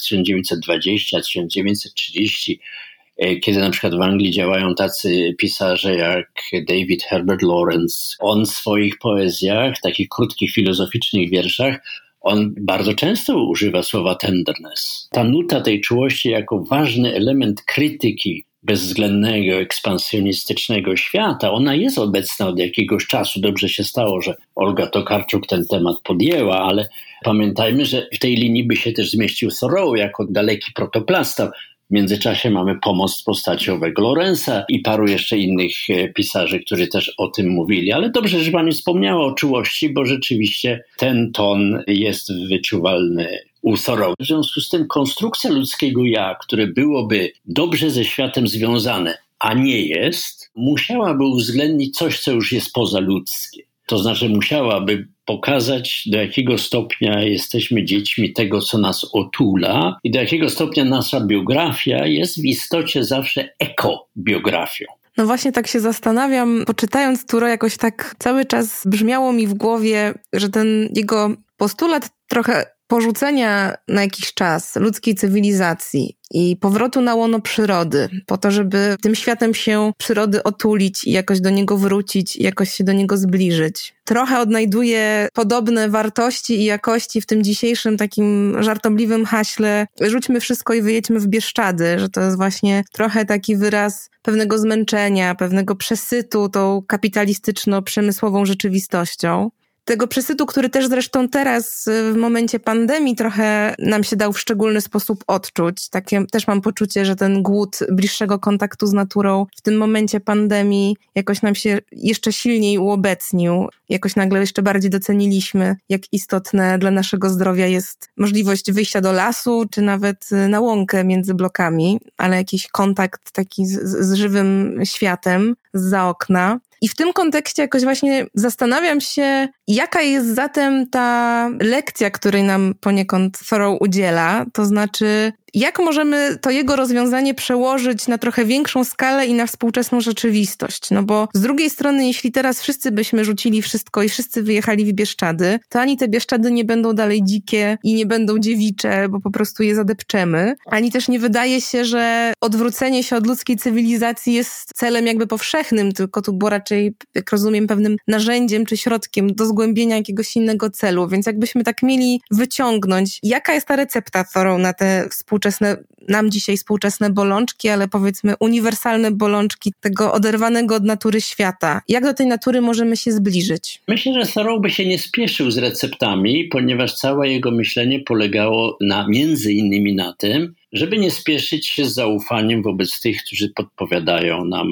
1920-1930, kiedy na przykład w Anglii działają tacy pisarze jak David Herbert Lawrence, on w swoich poezjach, takich krótkich filozoficznych wierszach, on bardzo często używa słowa tenderness. Ta nuta tej czułości jako ważny element krytyki bezwzględnego, ekspansjonistycznego świata, ona jest obecna od jakiegoś czasu. Dobrze się stało, że Olga Tokarczuk ten temat podjęła, ale pamiętajmy, że w tej linii by się też zmieścił Thoreau jako daleki protoplasta. W międzyczasie mamy pomost postaci owego Lawrence'a i paru jeszcze innych pisarzy, którzy też o tym mówili. Ale dobrze, że pani wspomniała o czułości, bo rzeczywiście ten ton jest wyczuwalny u Thoreau. W związku z tym konstrukcja ludzkiego ja, które byłoby dobrze ze światem związane, a nie jest, musiałaby uwzględnić coś, co już jest pozaludzkie. To znaczy musiałaby pokazać, do jakiego stopnia jesteśmy dziećmi tego, co nas otula i do jakiego stopnia nasza biografia jest w istocie zawsze ekobiografią. No właśnie tak się zastanawiam, poczytając Thoreau jakoś tak cały czas brzmiało mi w głowie, że ten jego postulat trochę porzucenia na jakiś czas ludzkiej cywilizacji i powrotu na łono przyrody, po to, żeby tym światem się przyrody otulić i jakoś do niego wrócić i jakoś się do niego zbliżyć. Trochę odnajduję podobne wartości i jakości w tym dzisiejszym takim żartobliwym haśle rzućmy wszystko i wyjedźmy w Bieszczady, że to jest właśnie trochę taki wyraz pewnego zmęczenia, pewnego przesytu tą kapitalistyczno-przemysłową rzeczywistością. Tego przesytu, który też zresztą teraz w momencie pandemii trochę nam się dał w szczególny sposób odczuć. Takie też mam poczucie, że ten głód bliższego kontaktu z naturą w tym momencie pandemii jakoś nam się jeszcze silniej uobecnił. Jakoś nagle jeszcze bardziej doceniliśmy, jak istotne dla naszego zdrowia jest możliwość wyjścia do lasu, czy nawet na łąkę między blokami, ale jakiś kontakt taki z żywym światem zza okna. I w tym kontekście jakoś właśnie zastanawiam się, jaka jest zatem ta lekcja, której nam poniekąd Thoreau udziela, to znaczy jak możemy to jego rozwiązanie przełożyć na trochę większą skalę i na współczesną rzeczywistość. No bo z drugiej strony, jeśli teraz wszyscy byśmy rzucili wszystko i wszyscy wyjechali w Bieszczady, to ani te Bieszczady nie będą dalej dzikie i nie będą dziewicze, bo po prostu je zadepczemy. Ani też nie wydaje się, że odwrócenie się od ludzkiej cywilizacji jest celem jakby powszechnym, tylko tu było raczej, jak rozumiem, pewnym narzędziem czy środkiem do zgłębienia jakiegoś innego celu. Więc jakbyśmy tak mieli wyciągnąć, jaka jest ta recepta Thoreau na te nam dzisiaj współczesne bolączki, ale powiedzmy uniwersalne bolączki tego oderwanego od natury świata. Jak do tej natury możemy się zbliżyć? Myślę, że Thoreau by się nie spieszył z receptami, ponieważ całe jego myślenie polegało między innymi na tym, żeby nie spieszyć się z zaufaniem wobec tych, którzy podpowiadają nam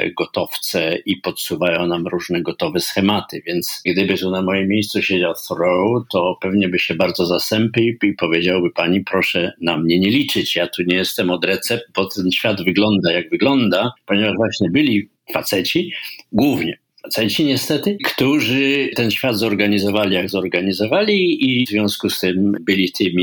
gotowce i podsuwają nam różne gotowe schematy. Więc gdyby tu na moim miejscu siedział Thoreau, to pewnie by się bardzo zasępił i powiedziałby pani, proszę na mnie nie liczyć. Ja tu nie jestem od recept, bo ten świat wygląda jak wygląda, ponieważ właśnie byli faceci, głównie faceci niestety, którzy ten świat zorganizowali jak zorganizowali i w związku z tym byli tymi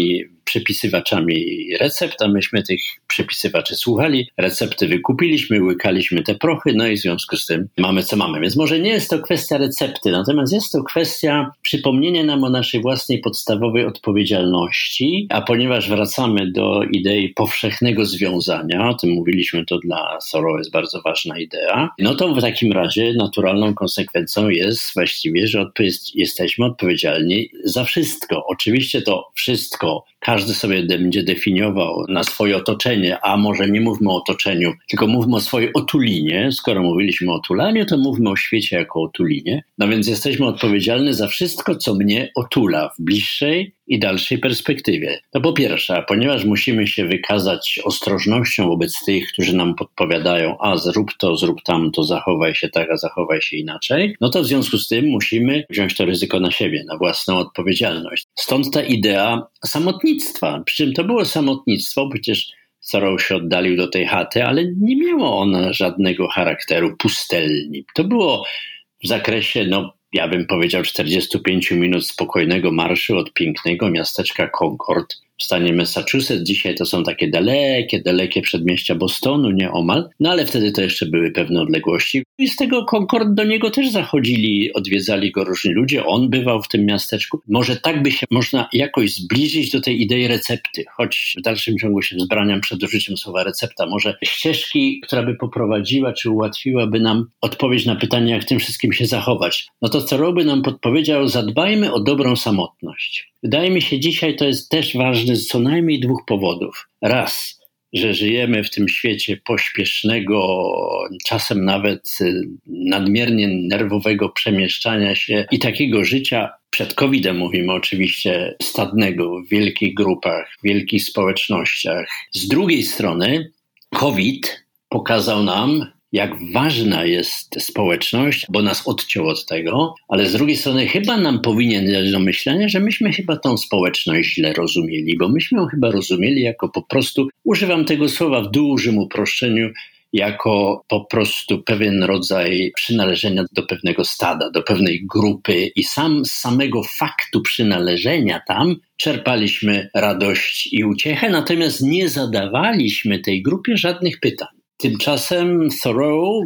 przepisywaczami recept, a myśmy tych przepisywaczy słuchali, recepty wykupiliśmy, łykaliśmy te prochy, no i w związku z tym mamy co mamy. Więc może nie jest to kwestia recepty, natomiast jest to kwestia przypomnienia nam o naszej własnej podstawowej odpowiedzialności, a ponieważ wracamy do idei powszechnego związania, o tym mówiliśmy, to dla Thoreau jest bardzo ważna idea, no to w takim razie naturalną konsekwencją jest właściwie, że jesteśmy odpowiedzialni za wszystko. Oczywiście to wszystko każdy sobie będzie definiował na swoje otoczenie, a może nie mówmy o otoczeniu, tylko mówmy o swojej otulinie. Skoro mówiliśmy o otulaniu, to mówmy o świecie jako otulinie. No więc jesteśmy odpowiedzialni za wszystko, co mnie otula w bliższej i dalszej perspektywie. To po pierwsze, ponieważ musimy się wykazać ostrożnością wobec tych, którzy nam podpowiadają, a zrób to, zrób tamto, zachowaj się tak, a zachowaj się inaczej, no to w związku z tym musimy wziąć to ryzyko na siebie, na własną odpowiedzialność. Stąd ta idea samotnictwa. Przy czym to było samotnictwo, przecież Thoreau się oddalił do tej chaty, ale nie miało ona żadnego charakteru pustelni. To było w zakresie, ja bym powiedział 45 minut spokojnego marszu od pięknego miasteczka Concord w stanie Massachusetts. Dzisiaj to są takie dalekie przedmieścia Bostonu, nieomal, no ale wtedy to jeszcze były pewne odległości. I z tego Concord do niego też zachodzili, odwiedzali go różni ludzie, on bywał w tym miasteczku. Może tak by się można jakoś zbliżyć do tej idei recepty, choć w dalszym ciągu się wzbraniam przed użyciem słowa recepta. Może ścieżki, która by poprowadziła czy ułatwiłaby nam odpowiedź na pytanie, jak w tym wszystkim się zachować. No to Thoreau by nam podpowiedział, zadbajmy o dobrą samotność. Wydaje mi się, dzisiaj to jest też ważne z co najmniej dwóch powodów. Raz, że żyjemy w tym świecie pośpiesznego, czasem nawet nadmiernie nerwowego przemieszczania się i takiego życia, przed COVID-em mówimy oczywiście, stadnego, w wielkich grupach, w wielkich społecznościach. Z drugiej strony COVID pokazał nam, jak ważna jest społeczność, bo nas odciął od tego, ale z drugiej strony chyba nam powinien dać do myślenia, że myśmy chyba tą społeczność źle rozumieli, bo myśmy ją chyba rozumieli jako po prostu, używam tego słowa w dużym uproszczeniu, jako po prostu pewien rodzaj przynależenia do pewnego stada, do pewnej grupy i z samego faktu przynależenia tam czerpaliśmy radość i uciechę, natomiast nie zadawaliśmy tej grupie żadnych pytań. Tymczasem Thoreau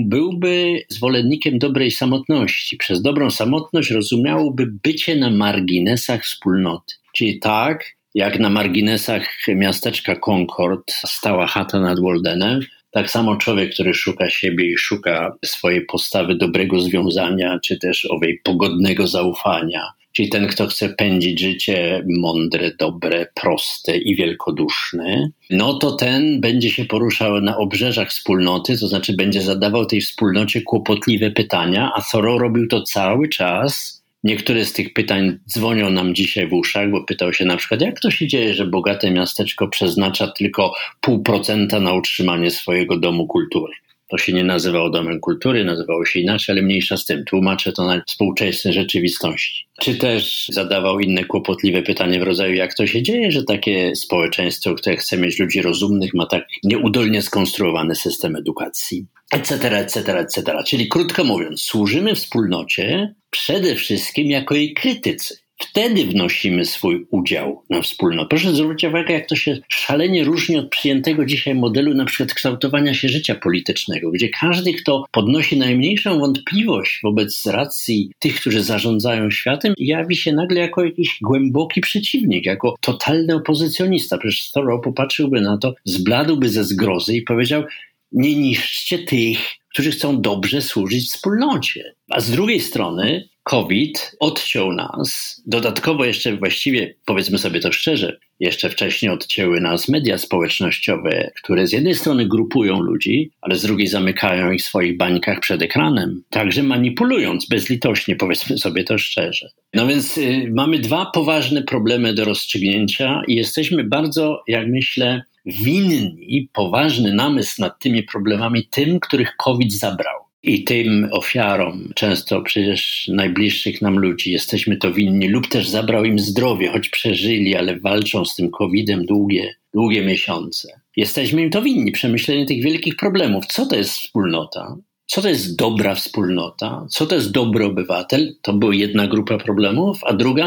byłby zwolennikiem dobrej samotności. Przez dobrą samotność rozumiałoby bycie na marginesach wspólnoty. Czyli tak, jak na marginesach miasteczka Concord stała chata nad Waldenem, tak samo człowiek, który szuka siebie i szuka swojej postawy dobrego związania, czy też owej pogodnego zaufania, czyli ten, kto chce pędzić życie mądre, dobre, proste i wielkoduszne, no to ten będzie się poruszał na obrzeżach wspólnoty, to znaczy będzie zadawał tej wspólnocie kłopotliwe pytania, a Thoreau robił to cały czas. Niektóre z tych pytań dzwonią nam dzisiaj w uszach, bo pytał się na przykład, jak to się dzieje, że bogate miasteczko przeznacza tylko 0,5% na utrzymanie swojego domu kultury. To się nie nazywało domem kultury, nazywało się inaczej, ale mniejsza z tym. Tłumaczę to na współczesnej rzeczywistości. Czy też zadawał inne kłopotliwe pytanie w rodzaju, jak to się dzieje, że takie społeczeństwo, które chce mieć ludzi rozumnych, ma tak nieudolnie skonstruowany system edukacji, etc. Czyli krótko mówiąc, służymy wspólnocie przede wszystkim jako jej krytycy. Wtedy wnosimy swój udział na wspólnotę. Proszę zwrócić uwagę, jak to się szalenie różni od przyjętego dzisiaj modelu na przykład kształtowania się życia politycznego, gdzie każdy, kto podnosi najmniejszą wątpliwość wobec racji tych, którzy zarządzają światem, jawi się nagle jako jakiś głęboki przeciwnik, jako totalny opozycjonista. Przecież Thoreau popatrzyłby na to, zbladłby ze zgrozy i powiedział, nie niszczcie tych, którzy chcą dobrze służyć wspólnocie. A z drugiej strony COVID odciął nas, dodatkowo jeszcze właściwie, powiedzmy sobie to szczerze, jeszcze wcześniej odcięły nas media społecznościowe, które z jednej strony grupują ludzi, ale z drugiej zamykają ich w swoich bańkach przed ekranem, także manipulując bezlitośnie, powiedzmy sobie to szczerze. No więc mamy dwa poważne problemy do rozstrzygnięcia i jesteśmy bardzo, jak myślę, winni poważny namysł nad tymi problemami tym, których COVID zabrał. I tym ofiarom, często przecież najbliższych nam ludzi, jesteśmy to winni, lub też zabrał im zdrowie, choć przeżyli, ale walczą z tym COVID-em długie miesiące. Jesteśmy im to winni, przemyślenie tych wielkich problemów. Co to jest wspólnota? Co to jest dobra wspólnota? Co to jest dobry obywatel? To była jedna grupa problemów, a druga,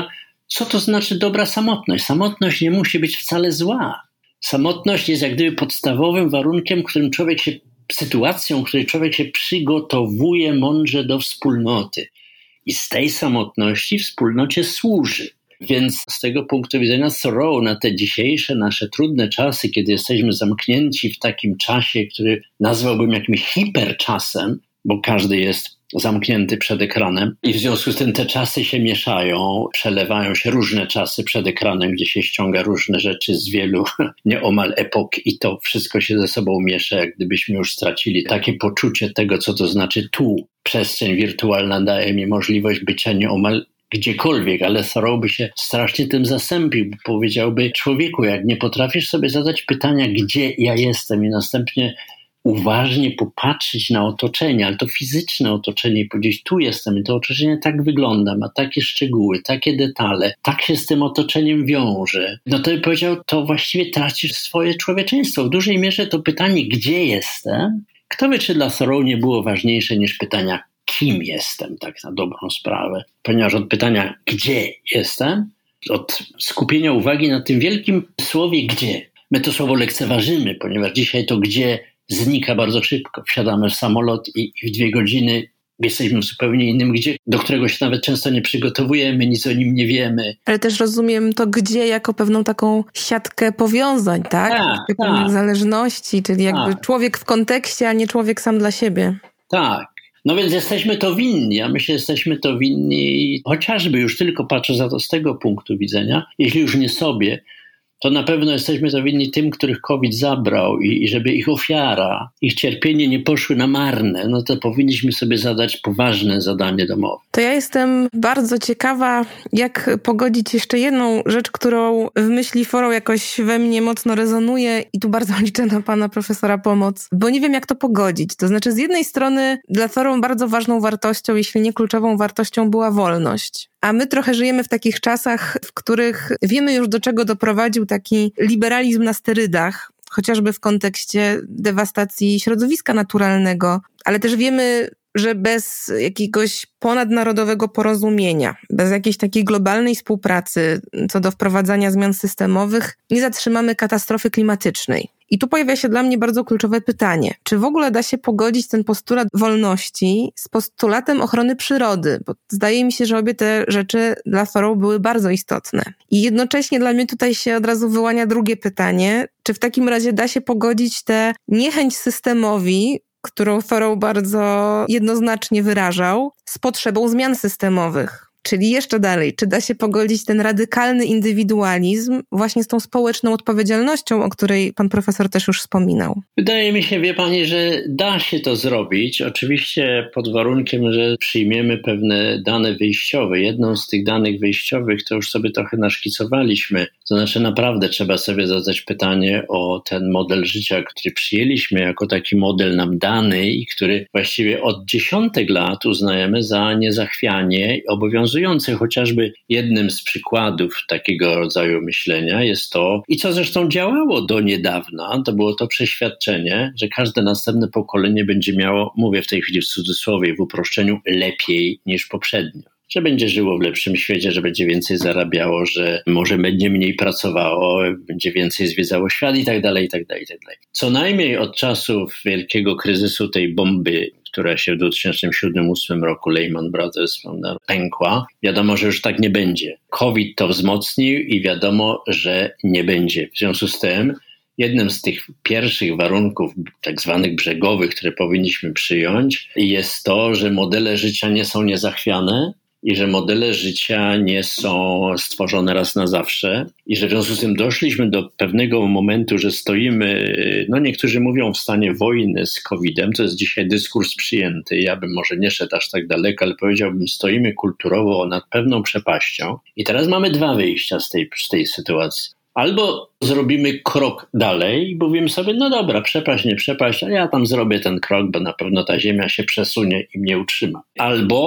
co to znaczy dobra samotność? Samotność nie musi być wcale zła. Samotność jest jak gdyby podstawowym warunkiem, sytuacją, w której człowiek się przygotowuje mądrze do wspólnoty. I z tej samotności wspólnocie służy. Więc z tego punktu widzenia Thoreau na te dzisiejsze nasze trudne czasy, kiedy jesteśmy zamknięci w takim czasie, który nazwałbym jakimś hiperczasem, bo każdy jest zamknięty przed ekranem i w związku z tym te czasy się mieszają, przelewają się różne czasy przed ekranem, gdzie się ściąga różne rzeczy z wielu nieomal epok i to wszystko się ze sobą miesza, jak gdybyśmy już stracili takie poczucie tego, co to znaczy tu. Przestrzeń wirtualna daje mi możliwość bycia nieomal gdziekolwiek, ale Thoreau by się strasznie tym zasępił, bo powiedziałby: człowieku, jak nie potrafisz sobie zadać pytania, gdzie ja jestem i następnie uważnie popatrzeć na otoczenie, ale to fizyczne otoczenie i powiedzieć: tu jestem i to otoczenie tak wygląda, ma takie szczegóły, takie detale, tak się z tym otoczeniem wiąże, no to by powiedział, to właściwie tracisz swoje człowieczeństwo. W dużej mierze to pytanie, gdzie jestem, kto wie, czy dla Thoreau nie było ważniejsze niż pytania, kim jestem, tak na dobrą sprawę. Ponieważ od pytania, gdzie jestem, od skupienia uwagi na tym wielkim słowie gdzie. My to słowo lekceważymy, ponieważ dzisiaj to gdzie znika bardzo szybko. Wsiadamy w samolot i w 2 godziny jesteśmy w zupełnie innym gdzie, do którego się nawet często nie przygotowujemy, nic o nim nie wiemy. Ale też rozumiem to gdzie jako pewną taką siatkę powiązań, tak? Pewnych zależności, czyli jakby człowiek w kontekście, a nie człowiek sam dla siebie. Tak. No więc jesteśmy to winni, a my się jesteśmy to winni chociażby już tylko patrzę za to z tego punktu widzenia, jeśli już nie sobie, to na pewno jesteśmy to winni tym, których COVID zabrał i żeby ich ofiara, ich cierpienie nie poszły na marne, no to powinniśmy sobie zadać poważne zadanie domowe. To ja jestem bardzo ciekawa, jak pogodzić jeszcze jedną rzecz, którą w myśli Thoreau jakoś we mnie mocno rezonuje i tu bardzo liczę na pana profesora pomoc, bo nie wiem, jak to pogodzić. To znaczy, z jednej strony dla Thoreau bardzo ważną wartością, jeśli nie kluczową wartością, była wolność. A my trochę żyjemy w takich czasach, w których wiemy już, do czego doprowadził taki liberalizm na sterydach, chociażby w kontekście dewastacji środowiska naturalnego, ale też wiemy, że bez jakiegoś ponadnarodowego porozumienia, bez jakiejś takiej globalnej współpracy co do wprowadzania zmian systemowych, nie zatrzymamy katastrofy klimatycznej. I tu pojawia się dla mnie bardzo kluczowe pytanie. Czy w ogóle da się pogodzić ten postulat wolności z postulatem ochrony przyrody? Bo zdaje mi się, że obie te rzeczy dla Thoreau były bardzo istotne. I jednocześnie dla mnie tutaj się od razu wyłania drugie pytanie. Czy w takim razie da się pogodzić tę niechęć systemowi, którą Thoreau bardzo jednoznacznie wyrażał, z potrzebą zmian systemowych? Czyli jeszcze dalej, czy da się pogodzić ten radykalny indywidualizm właśnie z tą społeczną odpowiedzialnością, o której pan profesor też już wspominał? Wydaje mi się, wie pani, że da się to zrobić. Oczywiście pod warunkiem, że przyjmiemy pewne dane wyjściowe. Jedną z tych danych wyjściowych to już sobie trochę naszkicowaliśmy. To znaczy naprawdę trzeba sobie zadać pytanie o ten model życia, który przyjęliśmy jako taki model nam dany i który właściwie od dziesiątek lat uznajemy za niezachwianie i obowiązujący. Chociażby jednym z przykładów takiego rodzaju myślenia jest to, i co zresztą działało do niedawna, to było to przeświadczenie, że każde następne pokolenie będzie miało, mówię w tej chwili w cudzysłowie, w uproszczeniu, lepiej niż poprzednio. Że będzie żyło w lepszym świecie, że będzie więcej zarabiało, że może będzie mniej pracowało, będzie więcej zwiedzało świat i tak dalej, i tak dalej, i tak dalej. Co najmniej od czasów wielkiego kryzysu tej bomby, która się w 2007-2008 roku Lehman Brothers pękła, wiadomo, że już tak nie będzie. COVID to wzmocnił i wiadomo, że nie będzie. W związku z tym jednym z tych pierwszych warunków tak zwanych brzegowych, które powinniśmy przyjąć, jest to, że modele życia nie są niezachwiane i że modele życia nie są stworzone raz na zawsze i że w związku z tym doszliśmy do pewnego momentu, że stoimy, no niektórzy mówią w stanie wojny z COVID-em, to jest dzisiaj dyskurs przyjęty, ja bym może nie szedł aż tak daleko, ale powiedziałbym, stoimy kulturowo nad pewną przepaścią i teraz mamy 2 wyjścia z tej sytuacji. Albo zrobimy krok dalej i mówimy sobie, no dobra, przepaść, nie przepaść, a ja tam zrobię ten krok, bo na pewno ta ziemia się przesunie i mnie utrzyma. Albo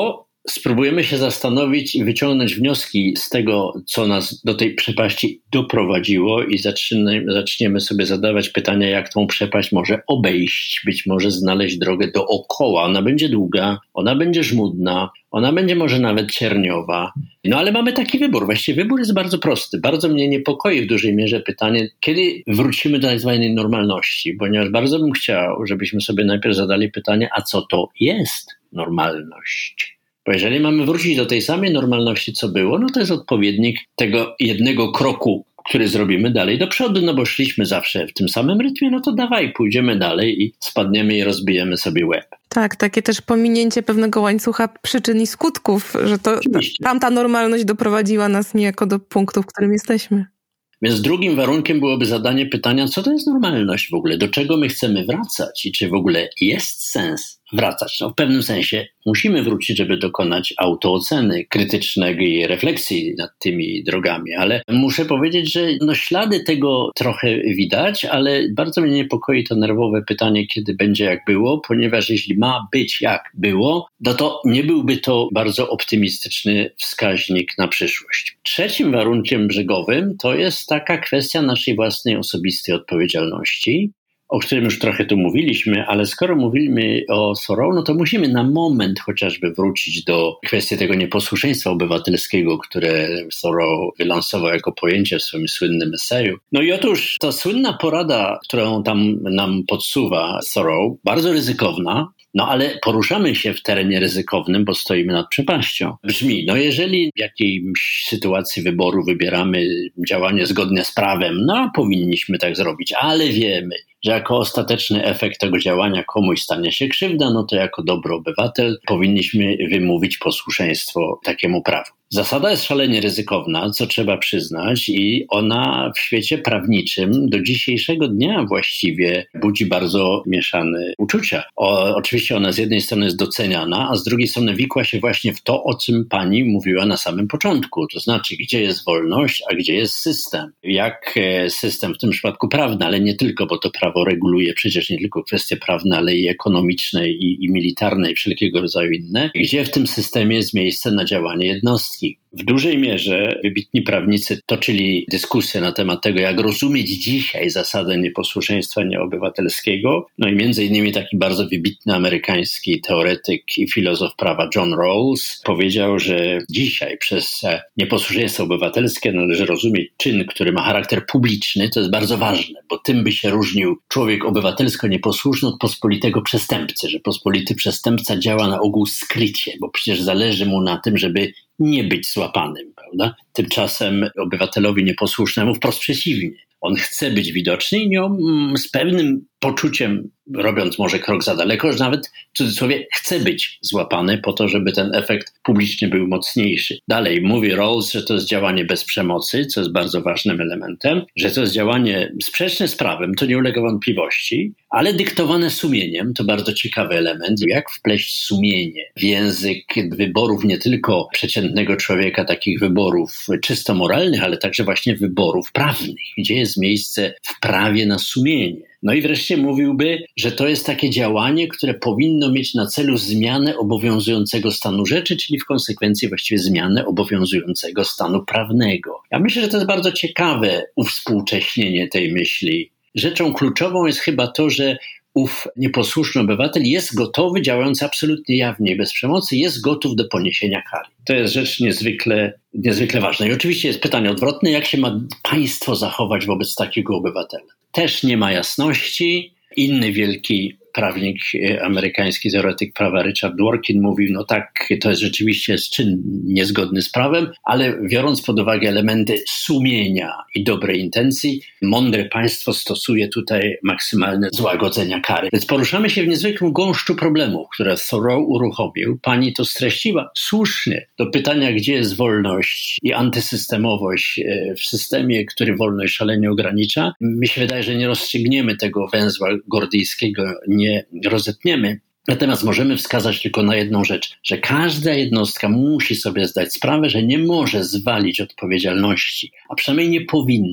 spróbujemy się zastanowić i wyciągnąć wnioski z tego, co nas do tej przepaści doprowadziło i zaczniemy sobie zadawać pytania, jak tą przepaść może obejść, być może znaleźć drogę dookoła. Ona będzie długa, ona będzie żmudna, ona będzie może nawet cierniowa. No ale mamy taki wybór. Właściwie wybór jest bardzo prosty. Bardzo mnie niepokoi w dużej mierze pytanie, kiedy wrócimy do tak zwanej normalności, ponieważ bardzo bym chciał, żebyśmy sobie najpierw zadali pytanie, a co to jest normalność? Bo jeżeli mamy wrócić do tej samej normalności, co było, no to jest odpowiednik tego jednego kroku, który zrobimy dalej do przodu, no bo szliśmy zawsze w tym samym rytmie, no to dawaj, pójdziemy dalej i spadniemy i rozbijemy sobie łeb. Tak, takie też pominięcie pewnego łańcucha przyczyn i skutków, że to tamta normalność doprowadziła nas niejako do punktu, w którym jesteśmy. Więc drugim warunkiem byłoby zadanie pytania, co to jest normalność w ogóle, do czego my chcemy wracać i czy w ogóle jest sens wracać. No, w pewnym sensie musimy wrócić, żeby dokonać autooceny krytycznej refleksji nad tymi drogami, ale muszę powiedzieć, że ślady tego trochę widać, ale bardzo mnie niepokoi to nerwowe pytanie, kiedy będzie jak było, ponieważ jeśli ma być jak było, no to nie byłby to bardzo optymistyczny wskaźnik na przyszłość. Trzecim warunkiem brzegowym to jest taka kwestia naszej własnej osobistej odpowiedzialności, o którym już trochę tu mówiliśmy, ale skoro mówimy o Thoreau, no to musimy na moment chociażby wrócić do kwestii tego nieposłuszeństwa obywatelskiego, które Thoreau wylansował jako pojęcie w swoim słynnym eseju. No i otóż ta słynna porada, którą tam nam podsuwa Thoreau, bardzo ryzykowna, no ale poruszamy się w terenie ryzykownym, bo stoimy nad przepaścią. Brzmi, no jeżeli w jakiejś sytuacji wyboru wybieramy działanie zgodne z prawem, no powinniśmy tak zrobić, ale wiemy, że jako ostateczny efekt tego działania komuś stanie się krzywda, no to jako dobry obywatel powinniśmy wymówić posłuszeństwo takiemu prawu. Zasada jest szalenie ryzykowna, co trzeba przyznać, i ona w świecie prawniczym do dzisiejszego dnia właściwie budzi bardzo mieszane uczucia. Oczywiście ona z jednej strony jest doceniana, a z drugiej strony wikła się właśnie w to, o czym pani mówiła na samym początku. To znaczy, gdzie jest wolność, a gdzie jest system. Jak system w tym przypadku prawny, ale nie tylko, bo to prawo reguluje przecież nie tylko kwestie prawne, ale i ekonomiczne, i militarne, i wszelkiego rodzaju inne. Gdzie w tym systemie jest miejsce na działanie jednostki. W dużej mierze wybitni prawnicy toczyli dyskusję na temat tego, jak rozumieć dzisiaj zasadę nieposłuszeństwa nieobywatelskiego. No i między innymi taki bardzo wybitny amerykański teoretyk i filozof prawa John Rawls powiedział, że dzisiaj przez nieposłuszeństwo obywatelskie należy rozumieć czyn, który ma charakter publiczny. To jest bardzo ważne, bo tym by się różnił człowiek obywatelsko nieposłuszny od pospolitego przestępcy, że pospolity przestępca działa na ogół skrycie, bo przecież zależy mu na tym, żeby nie być złapanym, prawda? Tymczasem obywatelowi nieposłusznemu wprost przeciwnie. On chce być widoczny i z pewnym poczuciem, robiąc może krok za daleko, że nawet w cudzysłowie chce być złapany po to, żeby ten efekt publicznie był mocniejszy. Dalej mówi Rawls, że to jest działanie bez przemocy, co jest bardzo ważnym elementem, że to jest działanie sprzeczne z prawem, to nie ulega wątpliwości, ale dyktowane sumieniem, to bardzo ciekawy element, jak wpleść sumienie w język wyborów nie tylko przeciętnego człowieka, takich wyborów czysto moralnych, ale także właśnie wyborów prawnych, gdzie jest miejsce w prawie na sumienie. No i wreszcie mówiłby, że to jest takie działanie, które powinno mieć na celu zmianę obowiązującego stanu rzeczy, czyli w konsekwencji właściwie zmianę obowiązującego stanu prawnego. Ja myślę, że to jest bardzo ciekawe uwspółcześnienie tej myśli. Rzeczą kluczową jest chyba to, że ów nieposłuszny obywatel jest gotowy, działając absolutnie jawnie i bez przemocy, jest gotów do poniesienia kary. To jest rzecz niezwykle ważna. I oczywiście jest pytanie odwrotne, jak się ma państwo zachować wobec takiego obywatela. Też nie ma jasności. Inny wielki prawnik amerykański, teoretyk prawa Richard Dworkin mówił, no tak, to jest rzeczywiście czyn niezgodny z prawem, ale biorąc pod uwagę elementy sumienia i dobrej intencji, mądre państwo stosuje tutaj maksymalne złagodzenia kary. Więc poruszamy się w niezwykłym gąszczu problemów, które Thoreau uruchomił. Pani to streściła słusznie do pytania, gdzie jest wolność i antysystemowość w systemie, który wolność szalenie ogranicza. Mi się wydaje, że nie rozstrzygniemy tego węzła gordyjskiego, nie rozetniemy. Natomiast możemy wskazać tylko na jedną rzecz, że każda jednostka musi sobie zdać sprawę, że nie może zwalić odpowiedzialności, a przynajmniej nie powinna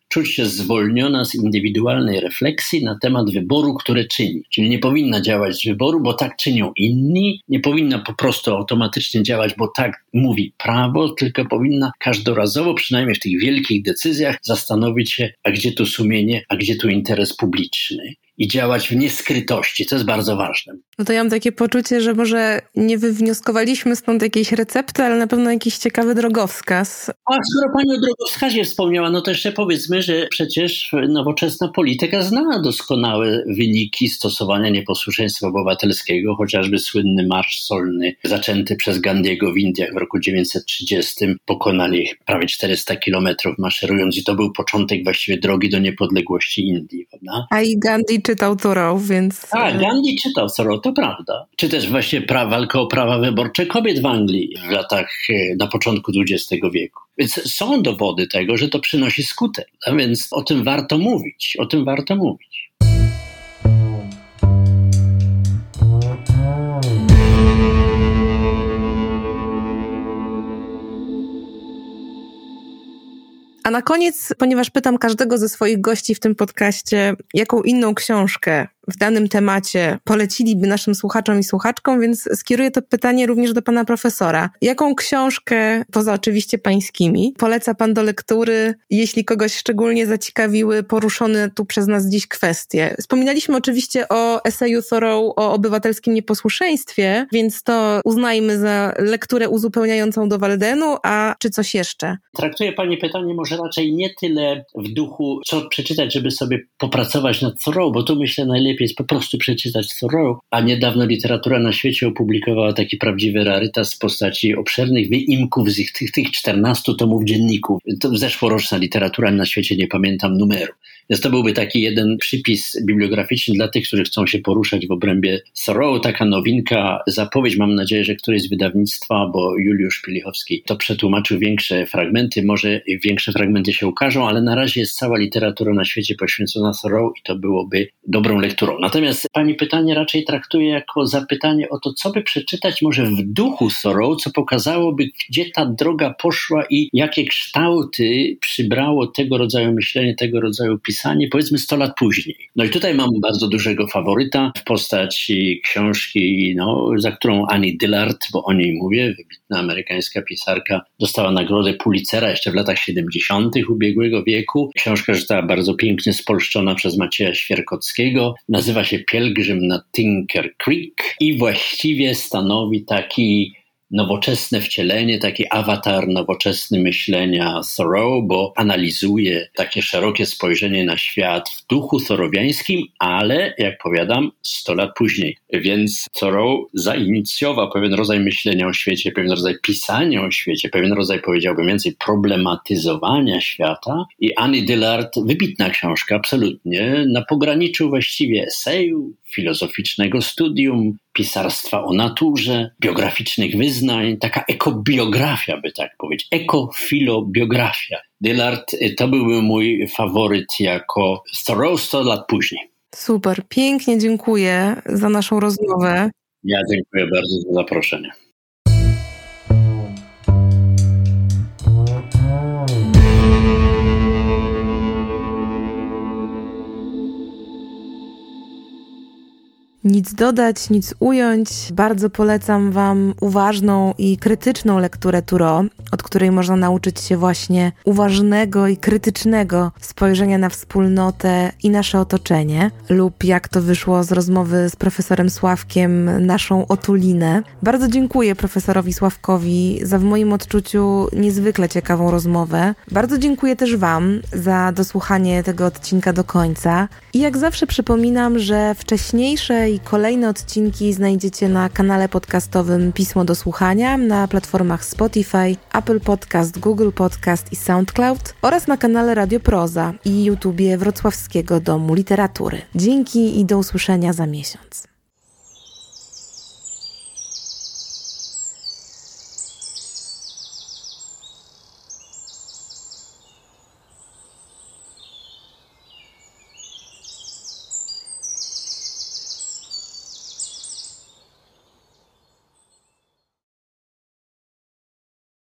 czuć się zwolniona z indywidualnej refleksji na temat wyboru, który czyni. Czyli nie powinna działać z wyboru, bo tak czynią inni, nie powinna po prostu automatycznie działać, bo tak mówi prawo, tylko powinna każdorazowo, przynajmniej w tych wielkich decyzjach, zastanowić się, a gdzie tu sumienie, a gdzie tu interes publiczny. I działać w nieskrytości, co jest bardzo ważne. No to ja mam takie poczucie, że może nie wywnioskowaliśmy stąd jakiejś recepty, ale na pewno jakiś ciekawy drogowskaz. A skoro pani o drogowskazie wspomniała, no to jeszcze powiedzmy, że przecież nowoczesna polityka zna doskonałe wyniki stosowania nieposłuszeństwa obywatelskiego, chociażby słynny marsz solny zaczęty przez Gandiego w Indiach w roku 1930. Pokonali prawie 400 kilometrów maszerując i to był początek właściwie drogi do niepodległości Indii, prawda? A i Gandhi czytał Thoreau, więc... Tak, Gandhi czytał Thoreau, to prawda. Czy też właśnie walka o prawa wyborcze kobiet w Anglii w latach, na początku XX wieku. Więc są dowody tego, że to przynosi skutek. A więc o tym warto mówić, A na koniec, ponieważ pytam każdego ze swoich gości w tym podcaście, jaką inną książkę w danym temacie poleciliby naszym słuchaczom i słuchaczkom, więc skieruję to pytanie również do pana profesora. Jaką książkę, poza oczywiście pańskimi, poleca pan do lektury, jeśli kogoś szczególnie zaciekawiły poruszone tu przez nas dziś kwestie? Wspominaliśmy oczywiście o eseju Thoreau o obywatelskim nieposłuszeństwie, więc to uznajmy za lekturę uzupełniającą do Waldenu, a czy coś jeszcze? Traktuje pani pytanie może raczej nie tyle w duchu, co przeczytać, żeby sobie popracować nad Thoreau, bo tu myślę najlepiej jest po prostu przeczytać Thoreau, a niedawno Literatura na świecie opublikowała taki prawdziwy rarytas w postaci obszernych wyimków z tych 14 tomów dzienników. To zeszłoroczna Literatura na świecie, nie pamiętam numeru. Więc to byłby taki jeden przypis bibliograficzny dla tych, którzy chcą się poruszać w obrębie Thoreau. Taka nowinka, zapowiedź, mam nadzieję, że któreś z wydawnictwa, bo Juliusz Pilichowski to przetłumaczył większe fragmenty, może większe fragmenty się ukażą, ale na razie jest cała literatura na świecie poświęcona Thoreau i to byłoby dobrą lekturą. Natomiast pani pytanie raczej traktuje jako zapytanie o to, co by przeczytać może w duchu Thoreau, co pokazałoby, gdzie ta droga poszła i jakie kształty przybrało tego rodzaju myślenie, tego rodzaju pisanie, powiedzmy 100 lat później. No i tutaj mam bardzo dużego faworyta w postaci książki, za którą Annie Dillard, bo o niej mówię, wybitna amerykańska pisarka, dostała nagrodę Pulitzera jeszcze w latach 70. ubiegłego wieku. Książka została bardzo pięknie spolszczona przez Macieja Świerkowskiego. Nazywa się Pielgrzym na Tinker Creek i właściwie stanowi taki nowoczesne wcielenie, taki awatar nowoczesny myślenia Thoreau, bo analizuje takie szerokie spojrzenie na świat w duchu thoreauwiańskim, ale jak powiadam 100 lat później. Więc Thoreau zainicjował pewien rodzaj myślenia o świecie, pewien rodzaj pisania o świecie, pewien rodzaj, powiedziałbym więcej, problematyzowania świata i Annie Dillard, wybitna książka, absolutnie, na pograniczu właściwie eseju, filozoficznego studium, pisarstwa o naturze, biograficznych wyznań, taka ekobiografia, by tak powiedzieć, ekofilobiografia. Dillard to byłby mój faworyt jako Thoreau 100 lat później. Super, pięknie dziękuję za naszą rozmowę. Ja dziękuję bardzo za zaproszenie. Nic dodać, nic ująć. Bardzo polecam wam uważną i krytyczną lekturę Thoreau, od której można nauczyć się właśnie uważnego i krytycznego spojrzenia na wspólnotę i nasze otoczenie, lub jak to wyszło z rozmowy z profesorem Sławkiem, naszą otulinę. Bardzo dziękuję profesorowi Sławkowi za w moim odczuciu niezwykle ciekawą rozmowę. Bardzo dziękuję też wam za dosłuchanie tego odcinka do końca. I jak zawsze przypominam, że wcześniejsze i kolejne odcinki znajdziecie na kanale podcastowym Pismo do Słuchania, na platformach Spotify, Apple Podcast, Google Podcast i SoundCloud oraz na kanale Radio Proza i YouTubie Wrocławskiego Domu Literatury. Dzięki i do usłyszenia za miesiąc.